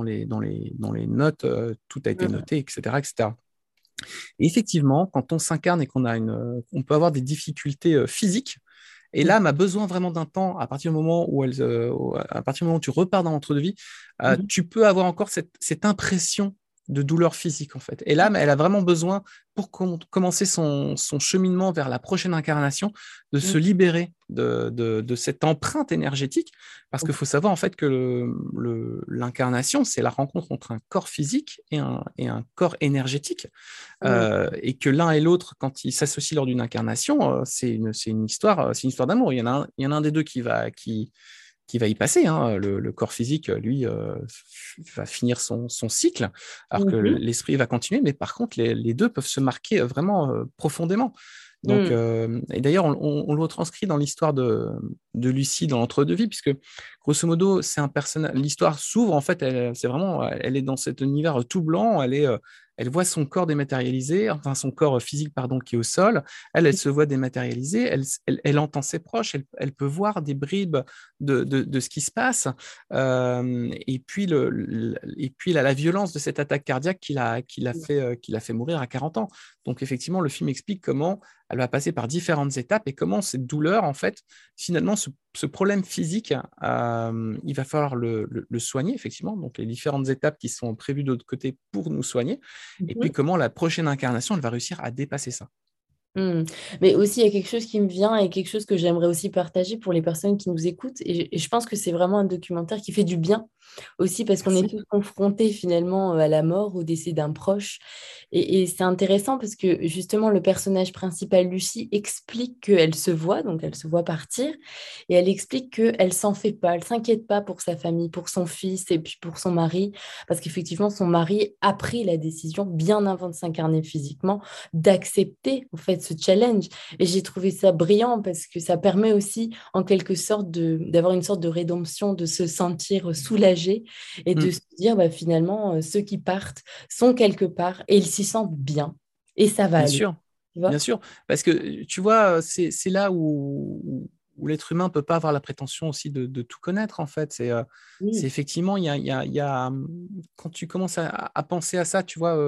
dans les notes, tout a été mhm, noté, etc., etc. Et effectivement, quand on s'incarne et on peut avoir des difficultés physiques, et mhm, l'âme a besoin vraiment d'un temps à partir du moment à partir du moment où tu repars dans l'entre-deux-vie, mhm. tu peux avoir encore cette impression de douleur physique, en fait. Et l'âme, elle a vraiment besoin, pour commencer son cheminement vers la prochaine incarnation, de se libérer de cette empreinte énergétique, parce qu'il faut savoir, en fait, que l'incarnation, c'est la rencontre entre un corps physique et un corps énergétique, et que l'un et l'autre, quand ils s'associent lors d'une incarnation, c'est une histoire d'amour. Il y en a un des deux qui va y passer, hein. Le corps physique, lui, va finir son cycle, alors que Mhm. l'esprit va continuer, mais par contre, les deux peuvent se marquer vraiment profondément. Donc, Mhm. et d'ailleurs, on le retranscrit dans l'histoire de Lucie dans l'entre-deux-vies, puisque grosso modo, c'est un personnage. L'histoire s'ouvre, en fait, elle est dans cet univers tout blanc, elle voit son corps dématérialisé, enfin son corps physique, pardon, qui est au sol. Elle se voit dématérialisée, elle entend ses proches, elle peut voir des bribes de ce qui se passe. Et puis, la violence de cette attaque cardiaque qui l'a fait mourir à 40 ans. Donc, effectivement, le film explique comment elle va passer par différentes étapes et comment cette douleur, en fait, finalement, ce problème physique, il va falloir le soigner, effectivement. Donc, les différentes étapes qui sont prévues de l'autre côté pour nous soigner. Et puis, Mhm. comment la prochaine incarnation, elle va réussir à dépasser ça. Hmm. Mais aussi, il y a quelque chose qui me vient et quelque chose que j'aimerais aussi partager pour les personnes qui nous écoutent. Et je pense que c'est vraiment un documentaire qui fait du bien aussi parce qu'on est Merci. tous confrontés finalement à la mort, au décès d'un proche. Et c'est intéressant parce que justement, le personnage principal, Lucie, explique qu'elle se voit, donc elle se voit partir, et elle explique qu'elle s'en fait pas, elle s'inquiète pas pour sa famille, pour son fils et puis pour son mari, parce qu'effectivement, son mari a pris la décision, bien avant de s'incarner physiquement, d'accepter en fait ce challenge. Et j'ai trouvé ça brillant parce que ça permet aussi en quelque sorte d'avoir une sorte de rédemption, de se sentir soulagé et de Mm. se dire bah, finalement ceux qui partent sont quelque part et ils s'y sentent bien et ça va Bien aller. sûr, Tu bien vois? sûr. Parce que tu vois, c'est là où l'être humain ne peut pas avoir la prétention aussi de tout connaître, en fait. C'est Oui. effectivement, quand tu commences à penser à ça, tu vois,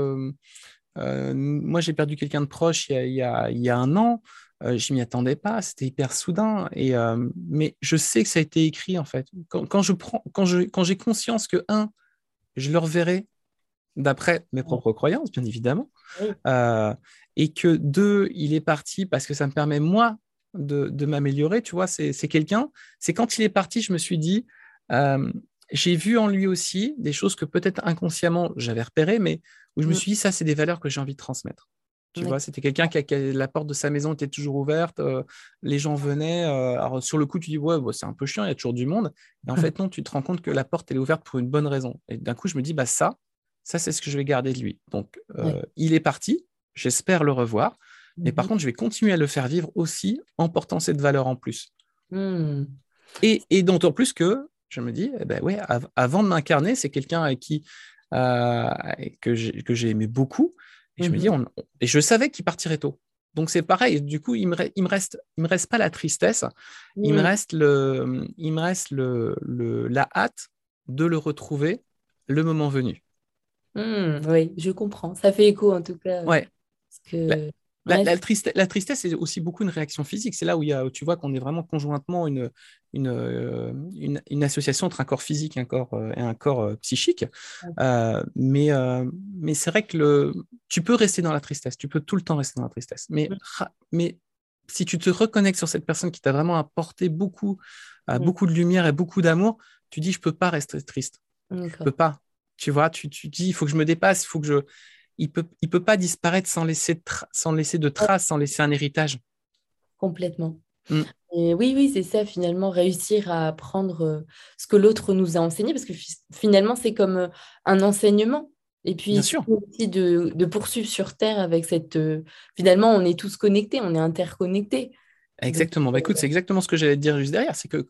moi j'ai perdu quelqu'un de proche il y a un an. Je m'y attendais pas, c'était hyper soudain. Mais je sais que ça a été écrit, en fait. Quand j'ai conscience que, je le reverrai d'après mes propres croyances, bien évidemment, Oui. euh, et que deux, il est parti parce que ça me permet, moi, de m'améliorer. Tu vois, c'est quand il est parti, je me suis dit, euh, j'ai vu en lui aussi des choses que peut-être inconsciemment j'avais repérées, mais où je me Mm. suis dit, ça, c'est des valeurs que j'ai envie de transmettre. Tu vois, D'accord. c'était quelqu'un la porte de sa maison était toujours ouverte, les gens venaient. Alors, sur le coup, tu dis, ouais, bon, c'est un peu chiant, il y a toujours du monde. Et en fait, non, tu te rends compte que la porte, elle est ouverte pour une bonne raison. Et d'un coup, je me dis, bah, ça, c'est ce que je vais garder de lui. Donc, Ouais. il est parti. J'espère le revoir. Mais par Mhm. contre, je vais continuer à le faire vivre aussi en portant cette valeur en plus. Mm. Et d'autant plus que je me dis, eh ben ouais, avant de m'incarner, c'est quelqu'un euh, que j'ai aimé beaucoup. Et je me dis, Mhm. et je savais qu'il partirait tôt. Donc c'est pareil. Du coup, il me reste pas la tristesse. Mm. Il me reste la hâte de le retrouver le moment venu. Oui, je comprends. Ça fait écho en tout cas. Ouais. Parce La, que la, ouais, la tristesse, c'est aussi beaucoup une réaction physique. C'est là où tu vois qu'on est vraiment conjointement une association entre un corps physique et un corps psychique. Mais c'est vrai que tu peux rester dans la tristesse, tu peux tout le temps rester dans la tristesse. Mais si tu te reconnectes sur cette personne qui t'a vraiment apporté beaucoup, Mm. beaucoup de lumière et beaucoup d'amour, tu dis, je peux pas rester triste. Je peux D'accord. pas. Tu vois, tu dis, il faut que je me dépasse, il faut que il peut pas disparaître sans laisser de Ouais, traces, sans laisser un héritage. complètement. Mm. Et oui, oui, c'est ça, finalement, réussir à apprendre ce que l'autre nous a enseigné, parce que finalement, c'est comme un enseignement. Et puis, Bien c'est sûr. aussi de poursuivre sur Terre avec cette... finalement, on est tous connectés, on est interconnectés. Donc, Exactement. Bah, écoute, c'est exactement ce que j'allais te dire juste derrière. C'est que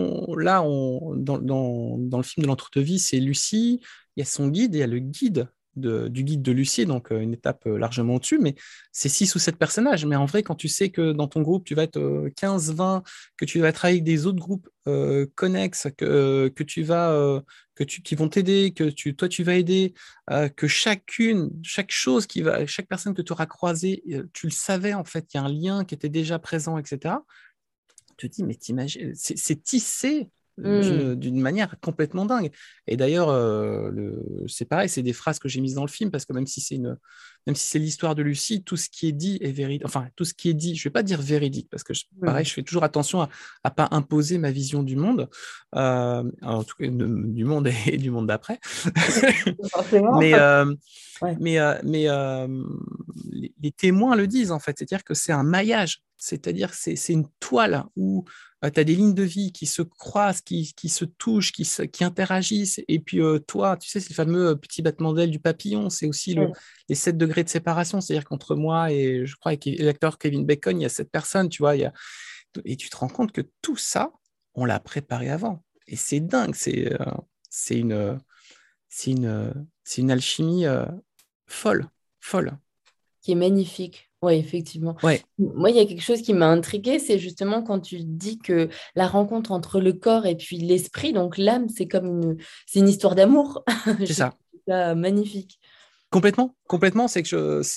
dans le film de l'entre-deux-vie, c'est Lucie, il y a son guide, et il y a le guide du guide de Lucie, donc une étape largement au-dessus, mais c'est 6 ou 7 personnages. Mais en vrai, quand tu sais que dans ton groupe, tu vas être 15, 20, que tu vas travailler avec des autres groupes connexes, que tu vas, qui vont t'aider, toi, tu vas aider, que chaque chose chaque personne que tu auras croisée, tu le savais en fait, il y a un lien qui était déjà présent, etc. Tu te dis, mais t'imagines, c'est tissé. Hmm. d'une manière complètement dingue. Et d'ailleurs, c'est pareil, c'est des phrases que j'ai mises dans le film parce que même si c'est l'histoire de Lucie, tout ce qui est dit est véridique. Enfin, tout ce qui est dit, je vais pas dire véridique parce que pareil, Hmm. je fais toujours attention à pas imposer ma vision du monde, en tout cas du monde et du monde d'après. Forcément. Mais, Ouais. mais les témoins le disent en fait, c'est-à-dire que c'est un maillage, c'est-à-dire que c'est une toile où tu as des lignes de vie qui se croisent, qui se touchent, qui interagissent, et puis toi, tu sais, c'est le fameux petit battement d'aile du papillon, c'est aussi Hmm. les 7 degrés de séparation, c'est-à-dire qu'entre moi et je crois avec l'acteur Kevin Bacon, il y a 7 personnes, tu vois, et tu te rends compte que tout ça, on l'a préparé avant. Et c'est dingue, c'est une, c'est c'est une alchimie folle, folle. Qui est magnifique. Oui, effectivement. Ouais, Moi, il y a quelque chose qui m'a intriguée, c'est justement quand tu dis que la rencontre entre le corps et puis l'esprit, donc l'âme, c'est une histoire d'amour. c'est Je ça. trouve ça magnifique. Complètement, complètement. C'est que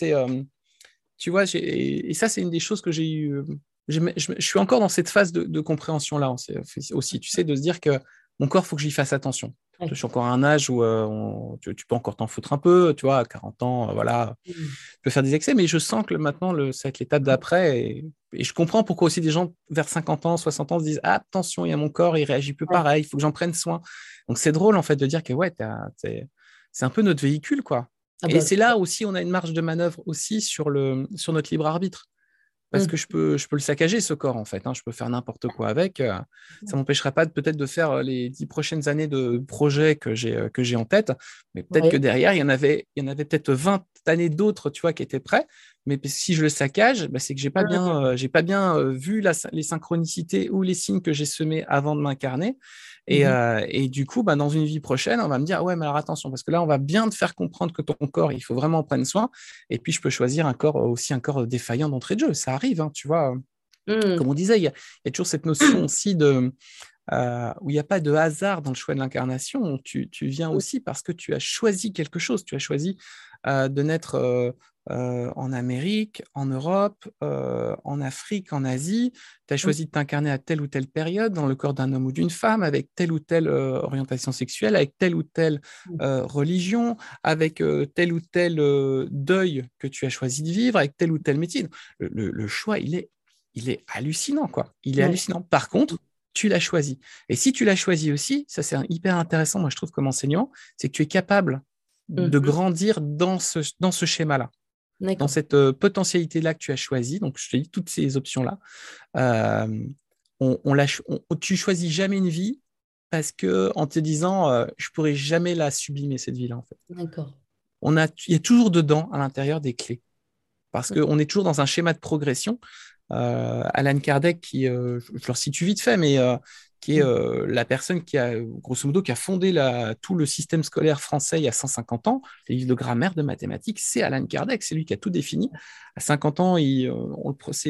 tu vois, et ça, c'est une des choses que j'ai eu. Je suis encore dans cette phase de compréhension-là aussi, tu sais, de se dire que mon corps, il faut que j'y fasse attention. Je Ouais. suis encore à un âge où tu peux encore t'en foutre un peu, tu vois, à 40 ans, voilà, Mm. je peux faire des excès, mais je sens que maintenant, ça va être l'étape d'après. Et je comprends pourquoi aussi des gens vers 50 ans, 60 ans se disent, ah, attention, il y a mon corps, il réagit plus Ouais. pareil, il faut que j'en prenne soin. Donc c'est drôle, en fait, de dire que ouais, c'est un peu notre véhicule, quoi. Ah Et bah, c'est là aussi, on a une marge de manœuvre aussi sur notre libre arbitre. Parce mm. que je peux le saccager, ce corps, en fait, hein. Je peux faire n'importe quoi avec. Ça ne m'empêchera pas peut-être de faire les 10 prochaines années de projets que j'ai en tête. Mais peut-être que Ouais. derrière, il y en avait peut-être 20 années d'autres, tu vois, qui étaient prêts. Mais si je le saccage, bah, c'est que Mm. j'ai pas bien vu les synchronicités ou les signes que j'ai semés avant de m'incarner. Mhm. Et du coup, bah, dans une vie prochaine, on va me dire, ouais, mais alors attention, parce que là, on va bien te faire comprendre que ton corps, il faut vraiment en prendre soin. Et puis, je peux choisir aussi un corps défaillant d'entrée de jeu. Ça arrive, hein, tu vois. Comme Mm. on disait, il y a toujours cette notion aussi où il n'y a pas de hasard dans le choix de l'incarnation. Tu viens aussi parce que tu as choisi quelque chose. Tu as choisi de naître en Amérique, en Europe, en Afrique, en Asie. Tu as Mm. choisi de t'incarner à telle ou telle période dans le corps d'un homme ou d'une femme, avec telle ou telle orientation sexuelle, avec telle ou telle religion, avec tel ou tel deuil que tu as choisi de vivre, avec tel ou tel métier. Le choix, il est hallucinant, quoi. Il est Ouais. hallucinant. Par contre, tu l'as choisi. Et si tu l'as choisi aussi, ça c'est hyper intéressant, moi je trouve, comme enseignant, c'est que tu es capable de Mhm. grandir dans ce schéma-là, dans D'accord. cette potentialité-là que tu as choisie. Donc, je te dis toutes ces options-là. Euh, tu choisis jamais une vie parce que en te disant, je pourrais jamais la sublimer, cette vie-là, en fait. D'accord. Il y a toujours dedans, à l'intérieur, des clés. Parce qu'on est toujours dans un schéma de progression. Alan Kardec, je le situe vite fait, mais qui est Mm. la personne qui a, grosso modo, qui a fondé tout le système scolaire français il y a 150 ans, les livres de grammaire, de mathématiques, c'est Alan Kardec, c'est lui qui a tout défini. À 50 ans, c'est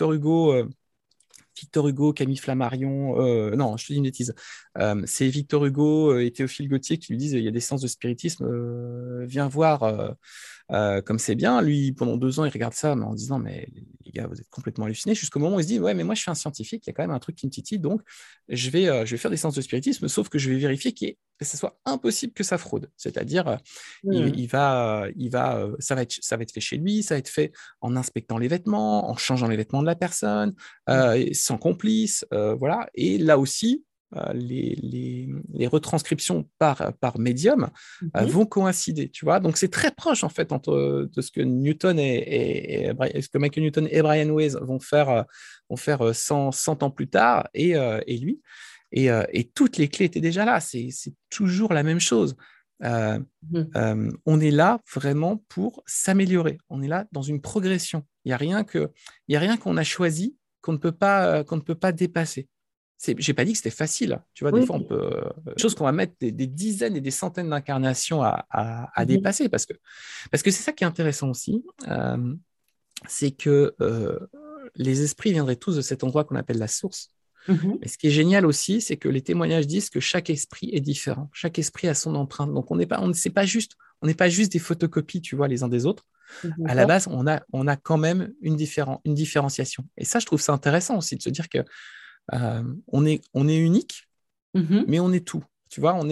Victor Hugo, Camille Flammarion, non, je te dis une bêtise. C'est Victor Hugo et Théophile Gautier qui lui disent il y a des séances de spiritisme, viens voir comme c'est bien. Lui, pendant 2 ans, il regarde ça mais en disant mais les gars, vous êtes complètement hallucinés. Jusqu'au moment où il se dit ouais, mais moi je suis un scientifique, il y a quand même un truc qui me titille, donc je vais faire des séances de spiritisme, sauf que je vais vérifier que ce soit impossible que ça fraude. C'est-à-dire, Mm. ça va être fait chez lui, ça va être fait en inspectant les vêtements, en changeant les vêtements de la personne, sans complice, voilà. Et là aussi, les retranscriptions par médium Mhm. vont coïncider, tu vois. Donc, c'est très proche, en fait, de ce que Newton ce que Michael Newton et Brian Weiss vont faire 100 ans plus tard et lui. Et toutes les clés étaient déjà là. C'est toujours la même chose. Euh, Mhm. on est là vraiment pour s'améliorer. On est là dans une progression. Il y a rien qu'on a choisi qu'on ne peut pas dépasser. J'ai pas dit que c'était facile, hein. Tu vois, des Oui. fois, chose qu'on va mettre des dizaines et des centaines d'incarnations à Mhm. dépasser parce que c'est ça qui est intéressant aussi. C'est que les esprits viendraient tous de cet endroit qu'on appelle la source. Mhm. Mais ce qui est génial aussi, c'est que les témoignages disent que chaque esprit est différent. Chaque esprit a son empreinte. Donc, on n'est pas juste des photocopies, tu vois, les uns des autres. À la D'accord. base, on a quand même une différenciation. Et ça, je trouve ça intéressant aussi de se dire que on est unique, Mhm. mais on est tout. Tu vois,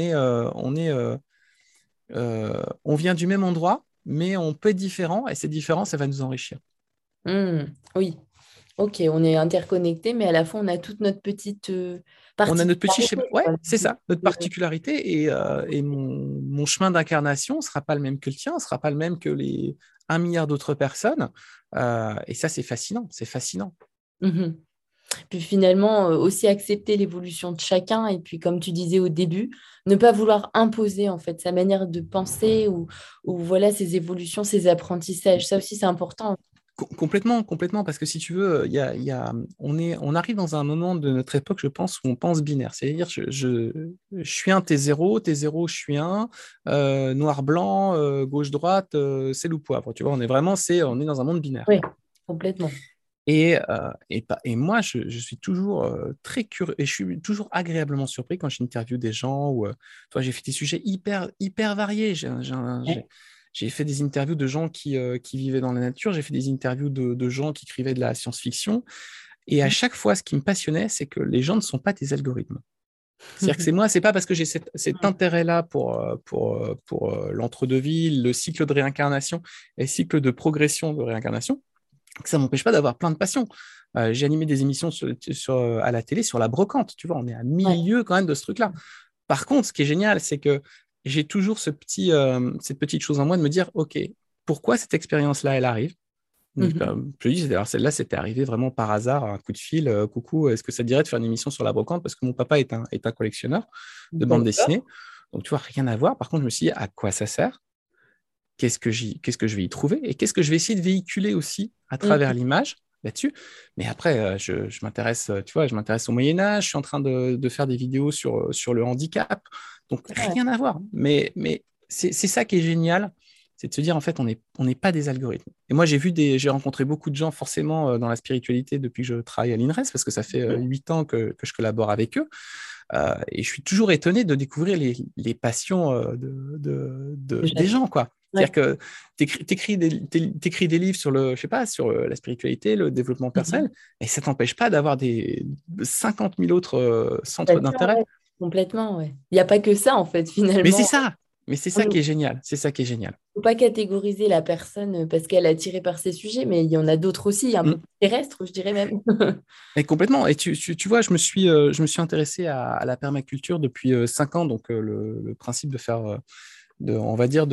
on vient du même endroit, mais on peut être différent, et c'est différent, ça va nous enrichir. Hmm. Oui, ok, on est interconnectés, mais à la fois, on a toute notre petite On a notre petit schéma. particularité, Ouais, quoi. c'est ça, notre particularité. Et mon chemin d'incarnation ne sera pas le même que le tien, ne sera pas le même que les 1 milliard d'autres personnes. Et ça, c'est fascinant. C'est fascinant. Mhm. Puis finalement, aussi accepter l'évolution de chacun. Et puis, comme tu disais au début, ne pas vouloir imposer en fait sa manière de penser ou voilà ses évolutions, ses apprentissages. Ça aussi, c'est important. Complètement, complètement, parce que si tu veux, on arrive dans un moment de notre époque, je pense, où on pense binaire. C'est-à-dire, je suis un, t'es zéro, je suis un, noir-blanc, gauche-droite, sel ou poivre. Tu vois, on est dans un monde binaire. Oui, complètement. Et moi, je suis toujours très curieux et je suis toujours agréablement surpris quand j'interviewe des gens ou toi, j'ai fait des sujets hyper, hyper variés. Ouais. J'ai fait des interviews de gens qui vivaient dans la nature, j'ai fait des interviews de gens qui écrivaient de la science-fiction. Et à chaque fois, ce qui me passionnait, c'est que les gens ne sont pas des algorithmes. C'est-à-dire que c'est moi, c'est pas parce que j'ai cet intérêt-là pour l'entre-deux-vie, le cycle de réincarnation et le cycle de progression de réincarnation que ça ne m'empêche pas d'avoir plein de passions. J'ai animé des émissions à la télé sur la brocante, tu vois, on est à Ouais. milieu quand même de ce truc-là. Par contre, ce qui est génial, c'est que j'ai toujours cette petite chose en moi de me dire, OK, pourquoi cette expérience-là, elle arrive? Donc, Mhm. je dis, alors celle-là, c'était arrivé vraiment par hasard, un coup de fil, coucou, est-ce que ça te dirait de faire une émission sur la brocante? Parce que mon papa est un collectionneur de bandes D'accord. dessinées. Donc, tu vois, rien à voir. Par contre, je me suis dit, à quoi ça sert? Qu'est-ce que je vais y trouver et qu'est-ce que je vais essayer de véhiculer aussi à travers Mhm. l'image là-dessus. Mais après, je m'intéresse, tu vois, je m'intéresse au Moyen Âge, je suis en train de faire des vidéos sur le handicap, donc Ouais. rien à voir. Mais c'est ça qui est génial, c'est de se dire en fait, on n'est pas des algorithmes. Et moi, j'ai rencontré beaucoup de gens forcément dans la spiritualité depuis que je travaille à l'INRES, parce que ça fait 8 ans que je collabore avec eux. Et je suis toujours étonné de découvrir les passions des gens, quoi. C'est-à-dire Ouais. que t'écris des livres sur je sais pas, sur la spiritualité, le développement personnel, Mhm. et ça t'empêche pas d'avoir des 50 000 autres centres Passion, d'intérêt. ouais. Complètement, ouais. Il n'y a pas que ça, en fait, Mais c'est finalement. ça, mais c'est On ça ne qui est génial, c'est ça qui est génial. faut pas catégoriser la personne parce qu'elle est attirée par ces sujets, mais il y en a d'autres aussi, un peu Mm. plus terrestres, je dirais même. Et complètement. Et tu vois, je me suis intéressé à la permaculture depuis 5 ans, donc le principe de faire on va dire,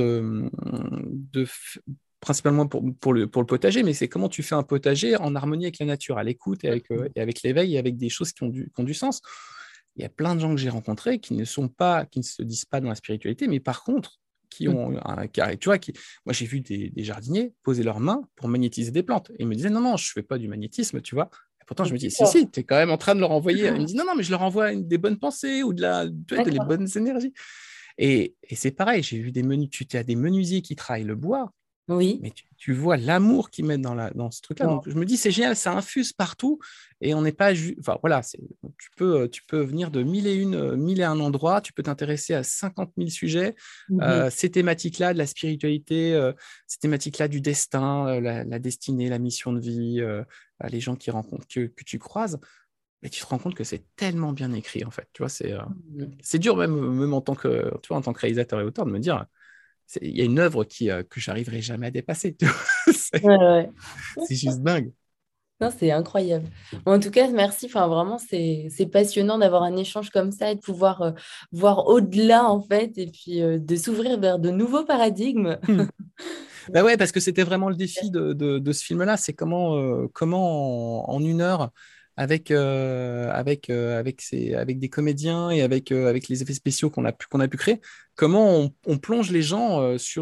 principalement pour le potager, mais c'est comment tu fais un potager en harmonie avec la nature, à l'écoute et avec l'éveil et avec des choses qui ont du sens. Il y a plein de gens que j'ai rencontrés qui ne se disent pas dans la spiritualité, mais par contre, qui ont tu vois, moi j'ai vu des jardiniers poser leurs mains pour magnétiser des plantes. Et ils me disaient, non, non, je ne fais pas du magnétisme, tu vois. Et pourtant, je me dis, si, D'accord. si, tu es quand même en train de leur envoyer. Ils me disent, non, non, mais je leur envoie des bonnes pensées ou tu vois, des D'accord. bonnes énergies. Et c'est pareil, j'ai vu tu as des menuisiers qui travaillent le bois, Oui. mais tu vois l'amour qu'ils mettent dans ce truc-là. Non. Donc je me dis, c'est génial, ça infuse partout et on n'est pas enfin voilà, tu peux venir de mille et un endroits, tu peux t'intéresser à 50 000 sujets, Mhm. ces thématiques-là de la spiritualité, ces thématiques-là du destin, la destinée, la mission de vie, les gens qui rencontrent, que tu croises. Mais tu te rends compte que c'est tellement bien écrit, en fait. Tu vois, Mhm. c'est dur même en tant que réalisateur et auteur de me dire, il y a une œuvre que j'arriverai jamais à dépasser. Tu vois. C'est Ouais, ouais. c'est juste dingue. Non, c'est incroyable. Bon, en tout cas, merci. Enfin, vraiment, c'est passionnant d'avoir un échange comme ça et de pouvoir voir au-delà, en fait, et puis de s'ouvrir vers de nouveaux paradigmes. Hmm. Bah ouais, parce que c'était vraiment le défi de ce film-là, c'est comment en 1 heure, avec des comédiens et avec les effets spéciaux qu'on a pu créer, comment on plonge les gens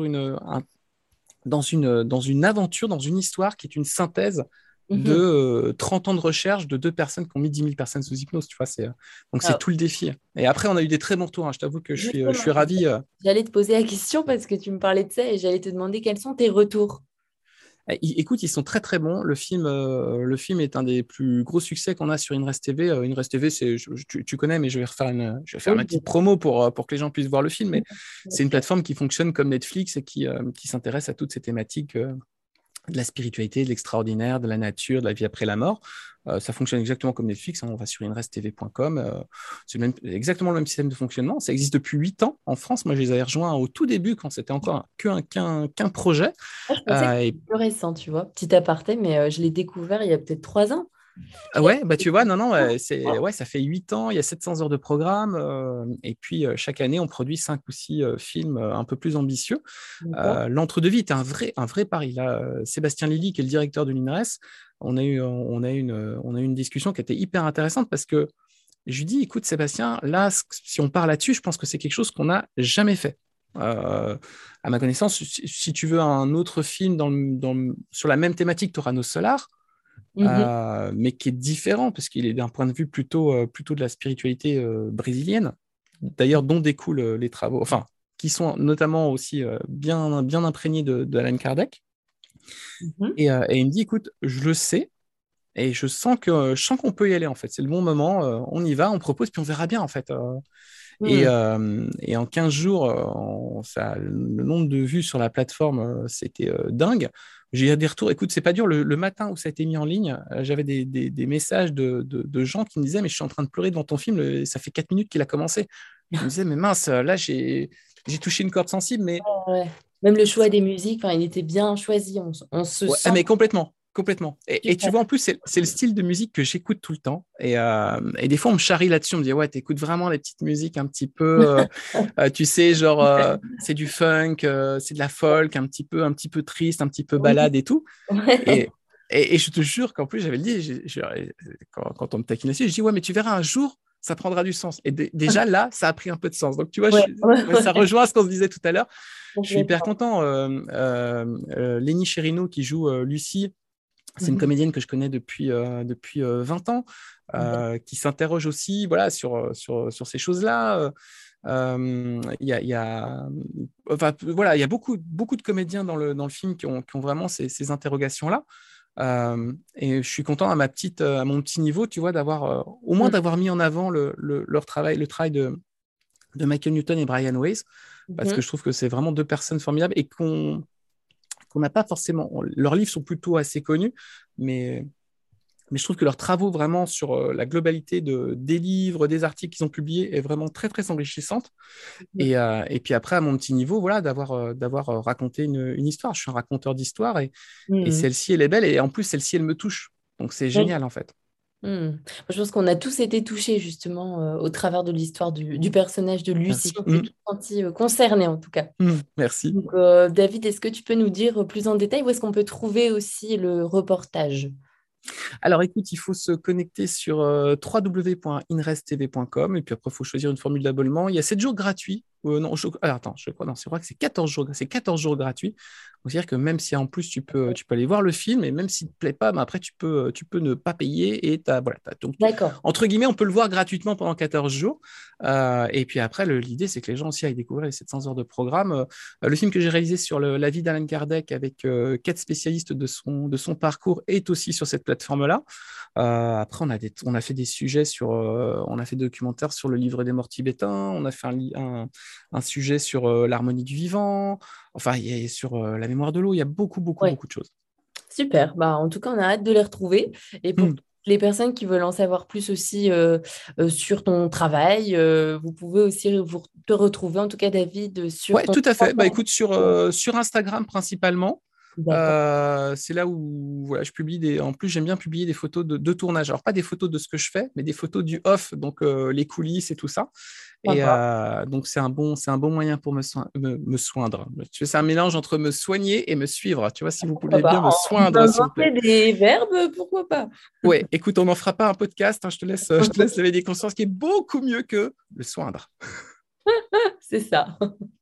dans une aventure, dans une histoire qui est une synthèse de Mhm. 30 ans de recherche de 2 personnes qui ont mis 10 000 personnes sous hypnose, tu vois, donc c'est Ah, tout le défi. Et après, on a eu des très bons retours, hein. Je t'avoue que je suis justement, ravi. j'allais te poser la question parce que tu me parlais de ça et j'allais te demander quels sont tes retours. Écoute, ils sont très très bons. Le film est un des plus gros succès qu'on a sur Inrest TV. Inrest TV, tu connais, mais je vais faire ma Oui, petite promo pour que les gens puissent voir le film. Mais c'est une plateforme qui fonctionne comme Netflix et qui s'intéresse à toutes ces thématiques de la spiritualité, de l'extraordinaire, de la nature, de la vie après la mort. Ça fonctionne exactement comme Netflix, hein. On va sur inresttv.com. C'est exactement le même système de fonctionnement. Ça existe depuis 8 ans en France. Moi, je les avais rejoints au tout début quand c'était encore qu'un projet. Ah, je pensais que Et c'était plus récent, tu vois. Petit aparté, mais je l'ai découvert il y a peut-être 3 ans. ouais, bah tu vois, non, non, Ouais. ouais, ça fait 8 ans, il y a 700 heures de programme, et puis chaque année, on produit 5 ou 6 films un peu plus ambitieux. D'accord. L'entre-deux-vie est un vrai pari. Là, Sébastien Lilly, qui est le directeur de l'INRES, on a eu une discussion qui était hyper intéressante parce que je lui dis, écoute, Sébastien, là, si on part là-dessus, je pense que c'est quelque chose qu'on n'a jamais fait. À ma connaissance, si tu veux un autre film sur la même thématique, tu auras Nos Solars, Mhm. mais qui est différent parce qu'il est d'un point de vue plutôt de la spiritualité brésilienne, d'ailleurs dont découlent les travaux, enfin, qui sont notamment aussi bien imprégnés de Alan Kardec. Mhm. Et il me dit, écoute, je le sais, et je sens qu'on peut y aller, en fait. C'est le bon moment, on y va, on propose, puis on verra bien, en fait. Mhm. Et en 15 jours, le nombre de vues sur la plateforme, c'était dingue. J'ai eu des retours. Écoute, c'est pas dur. Le matin où ça a été mis en ligne, j'avais des messages de gens qui me disaient, mais je suis en train de pleurer devant ton film, ça fait 4 minutes qu'il a commencé. Je me disais, mais mince, là, j'ai touché une corde sensible, mais Ouais. Même le choix des musiques, enfin, il était bien choisi. On se ouais, sent mais complètement, complètement. Et tu super. vois, en plus, c'est le style de musique que j'écoute tout le temps. Et des fois, on me charrie là-dessus. On me dit, ouais, t'écoutes vraiment les petites musiques un petit peu, tu sais, genre, c'est du funk, c'est de la folk, un petit peu triste, un petit peu Oui. balade et tout. Ouais. Et, et je te jure qu'en plus, j'avais dit, quand on me taquine là-dessus, je dis, ouais, mais tu verras un jour, ça prendra du sens. Et déjà, là, ça a pris un peu de sens. Donc, tu vois, Ouais, ouais, ouais, ça ouais, rejoint ce qu'on se disait tout à l'heure. Je suis hyper complètement. content. Lénie Chérino, qui joue Lucie, c'est une Mhm. comédienne que je connais depuis 20 ans, qui s'interroge aussi voilà, sur ces choses-là. Enfin, voilà, il y a beaucoup de comédiens dans le film qui ont vraiment ces interrogations-là. Et je suis content à mon petit niveau, tu vois, au moins Mhm. d'avoir mis en avant leur travail, le travail de Michael Newton et Brian Weiss, parce que Mhm. je trouve que c'est vraiment deux personnes formidables et qu'on n'a pas forcément. Leurs livres sont plutôt assez connus, mais, mais je trouve que leurs travaux vraiment sur la globalité des livres, des articles qu'ils ont publiés est vraiment très, très enrichissante. Et puis après, à mon petit niveau, voilà, d'avoir raconté une histoire. Je suis un raconteur d'histoire et Mhm. celle-ci, elle est belle et en plus, celle-ci, elle me touche. Donc c'est Oui. génial en fait. Mhm. Je pense qu'on a tous été touchés justement au travers de l'histoire du personnage de Lucie. Merci. On s'est tous sentis concernés en tout cas. Merci. Donc, David, est-ce que tu peux nous dire plus en détail où est-ce qu'on peut trouver aussi le reportage? Alors écoute, il faut se connecter sur www.inresttv.com et puis après, il faut choisir une formule d'abonnement. Il y a 7 jours gratuits. Non, alors, attends, je crois que c'est 14 jours, c'est 14 jours gratuits. C'est-à-dire que même si en plus tu peux aller voir le film et même s'il ne te plaît pas, ben après tu peux ne pas payer et voilà, donc D'accord. entre guillemets, on peut le voir gratuitement pendant 14 jours. Et puis après, l'idée, c'est que les gens aussi aillent découvrir les 700 heures de programme. Le film que j'ai réalisé sur la vie d'Alan Kardec avec 4 spécialistes de son parcours est aussi sur cette plateforme-là. Après, on a fait des sujets on a fait des documentaires sur le livre des morts tibétains, on a fait un sujet sur l'harmonie du vivant, enfin, sur la mémoire de l'eau, il y a beaucoup, beaucoup, Ouais, beaucoup de choses. super. Bah, en tout cas, on a hâte de les retrouver. Et pour Hmm. toutes les personnes qui veulent en savoir plus aussi sur ton travail, vous pouvez aussi te retrouver, en tout cas, David, sur Ouais, ton tout à fait. Bah, compte. écoute, sur Instagram principalement. D'accord. C'est là où voilà, je publie En plus, j'aime bien publier des photos de tournage. Alors, pas des photos de ce que je fais, mais des photos du off, donc les coulisses et tout ça. Et Sympa. donc, c'est un bon moyen pour me soindre. Tu sais, c'est un mélange entre me soigner et me suivre. Tu vois, si vous Pourquoi voulez bien pas? me On peut soindre, s'il vous plaît. inventer des verbes, pourquoi pas? Ouais, écoute, on n'en fera pas un podcast, hein, je te laisse lever des consciences qui est beaucoup mieux que le soindre. C'est ça.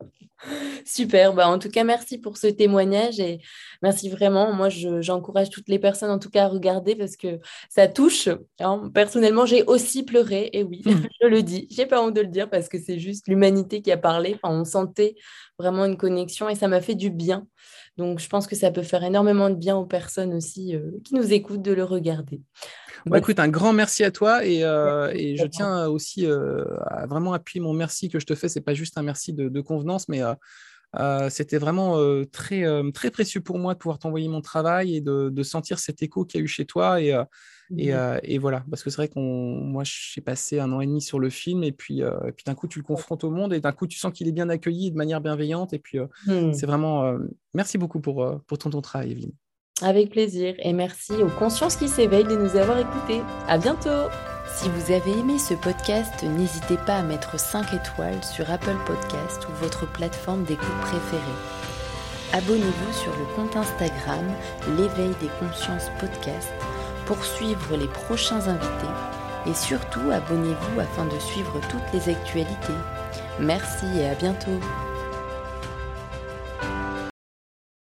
Super, bah en tout cas, merci pour ce témoignage et merci vraiment. Moi, j'encourage toutes les personnes en tout cas à regarder parce que ça touche, hein. Personnellement, j'ai aussi pleuré et oui, Hmm. je le dis. J'ai pas honte de le dire parce que c'est juste l'humanité qui a parlé. Enfin, on sentait vraiment une connexion et ça m'a fait du bien. Donc, je pense que ça peut faire énormément de bien aux personnes aussi qui nous écoutent de le regarder. Bon, Donc, écoute, un grand merci à toi et je merci. tiens aussi à vraiment appuyer mon merci que je te fais. C'est pas juste un merci de convenance, mais C'était vraiment très précieux pour moi de pouvoir t'envoyer mon travail et de sentir cet écho qu'il y a eu chez toi. Mhm. Et voilà, parce que c'est vrai moi, j'ai passé 1 an et demi sur le film et puis d'un coup, tu le confrontes au monde et d'un coup, tu sens qu'il est bien accueilli de manière bienveillante. Et puis, c'est Hmm. vraiment... merci beaucoup pour ton travail, Evelyne. Avec plaisir et merci aux consciences qui s'éveillent de nous avoir écoutés. À bientôt! Si vous avez aimé ce podcast, n'hésitez pas à mettre 5 étoiles sur Apple Podcast ou votre plateforme d'écoute préférée. Abonnez-vous sur le compte Instagram L'éveil des consciences podcast pour suivre les prochains invités et surtout abonnez-vous afin de suivre toutes les actualités. Merci et à bientôt!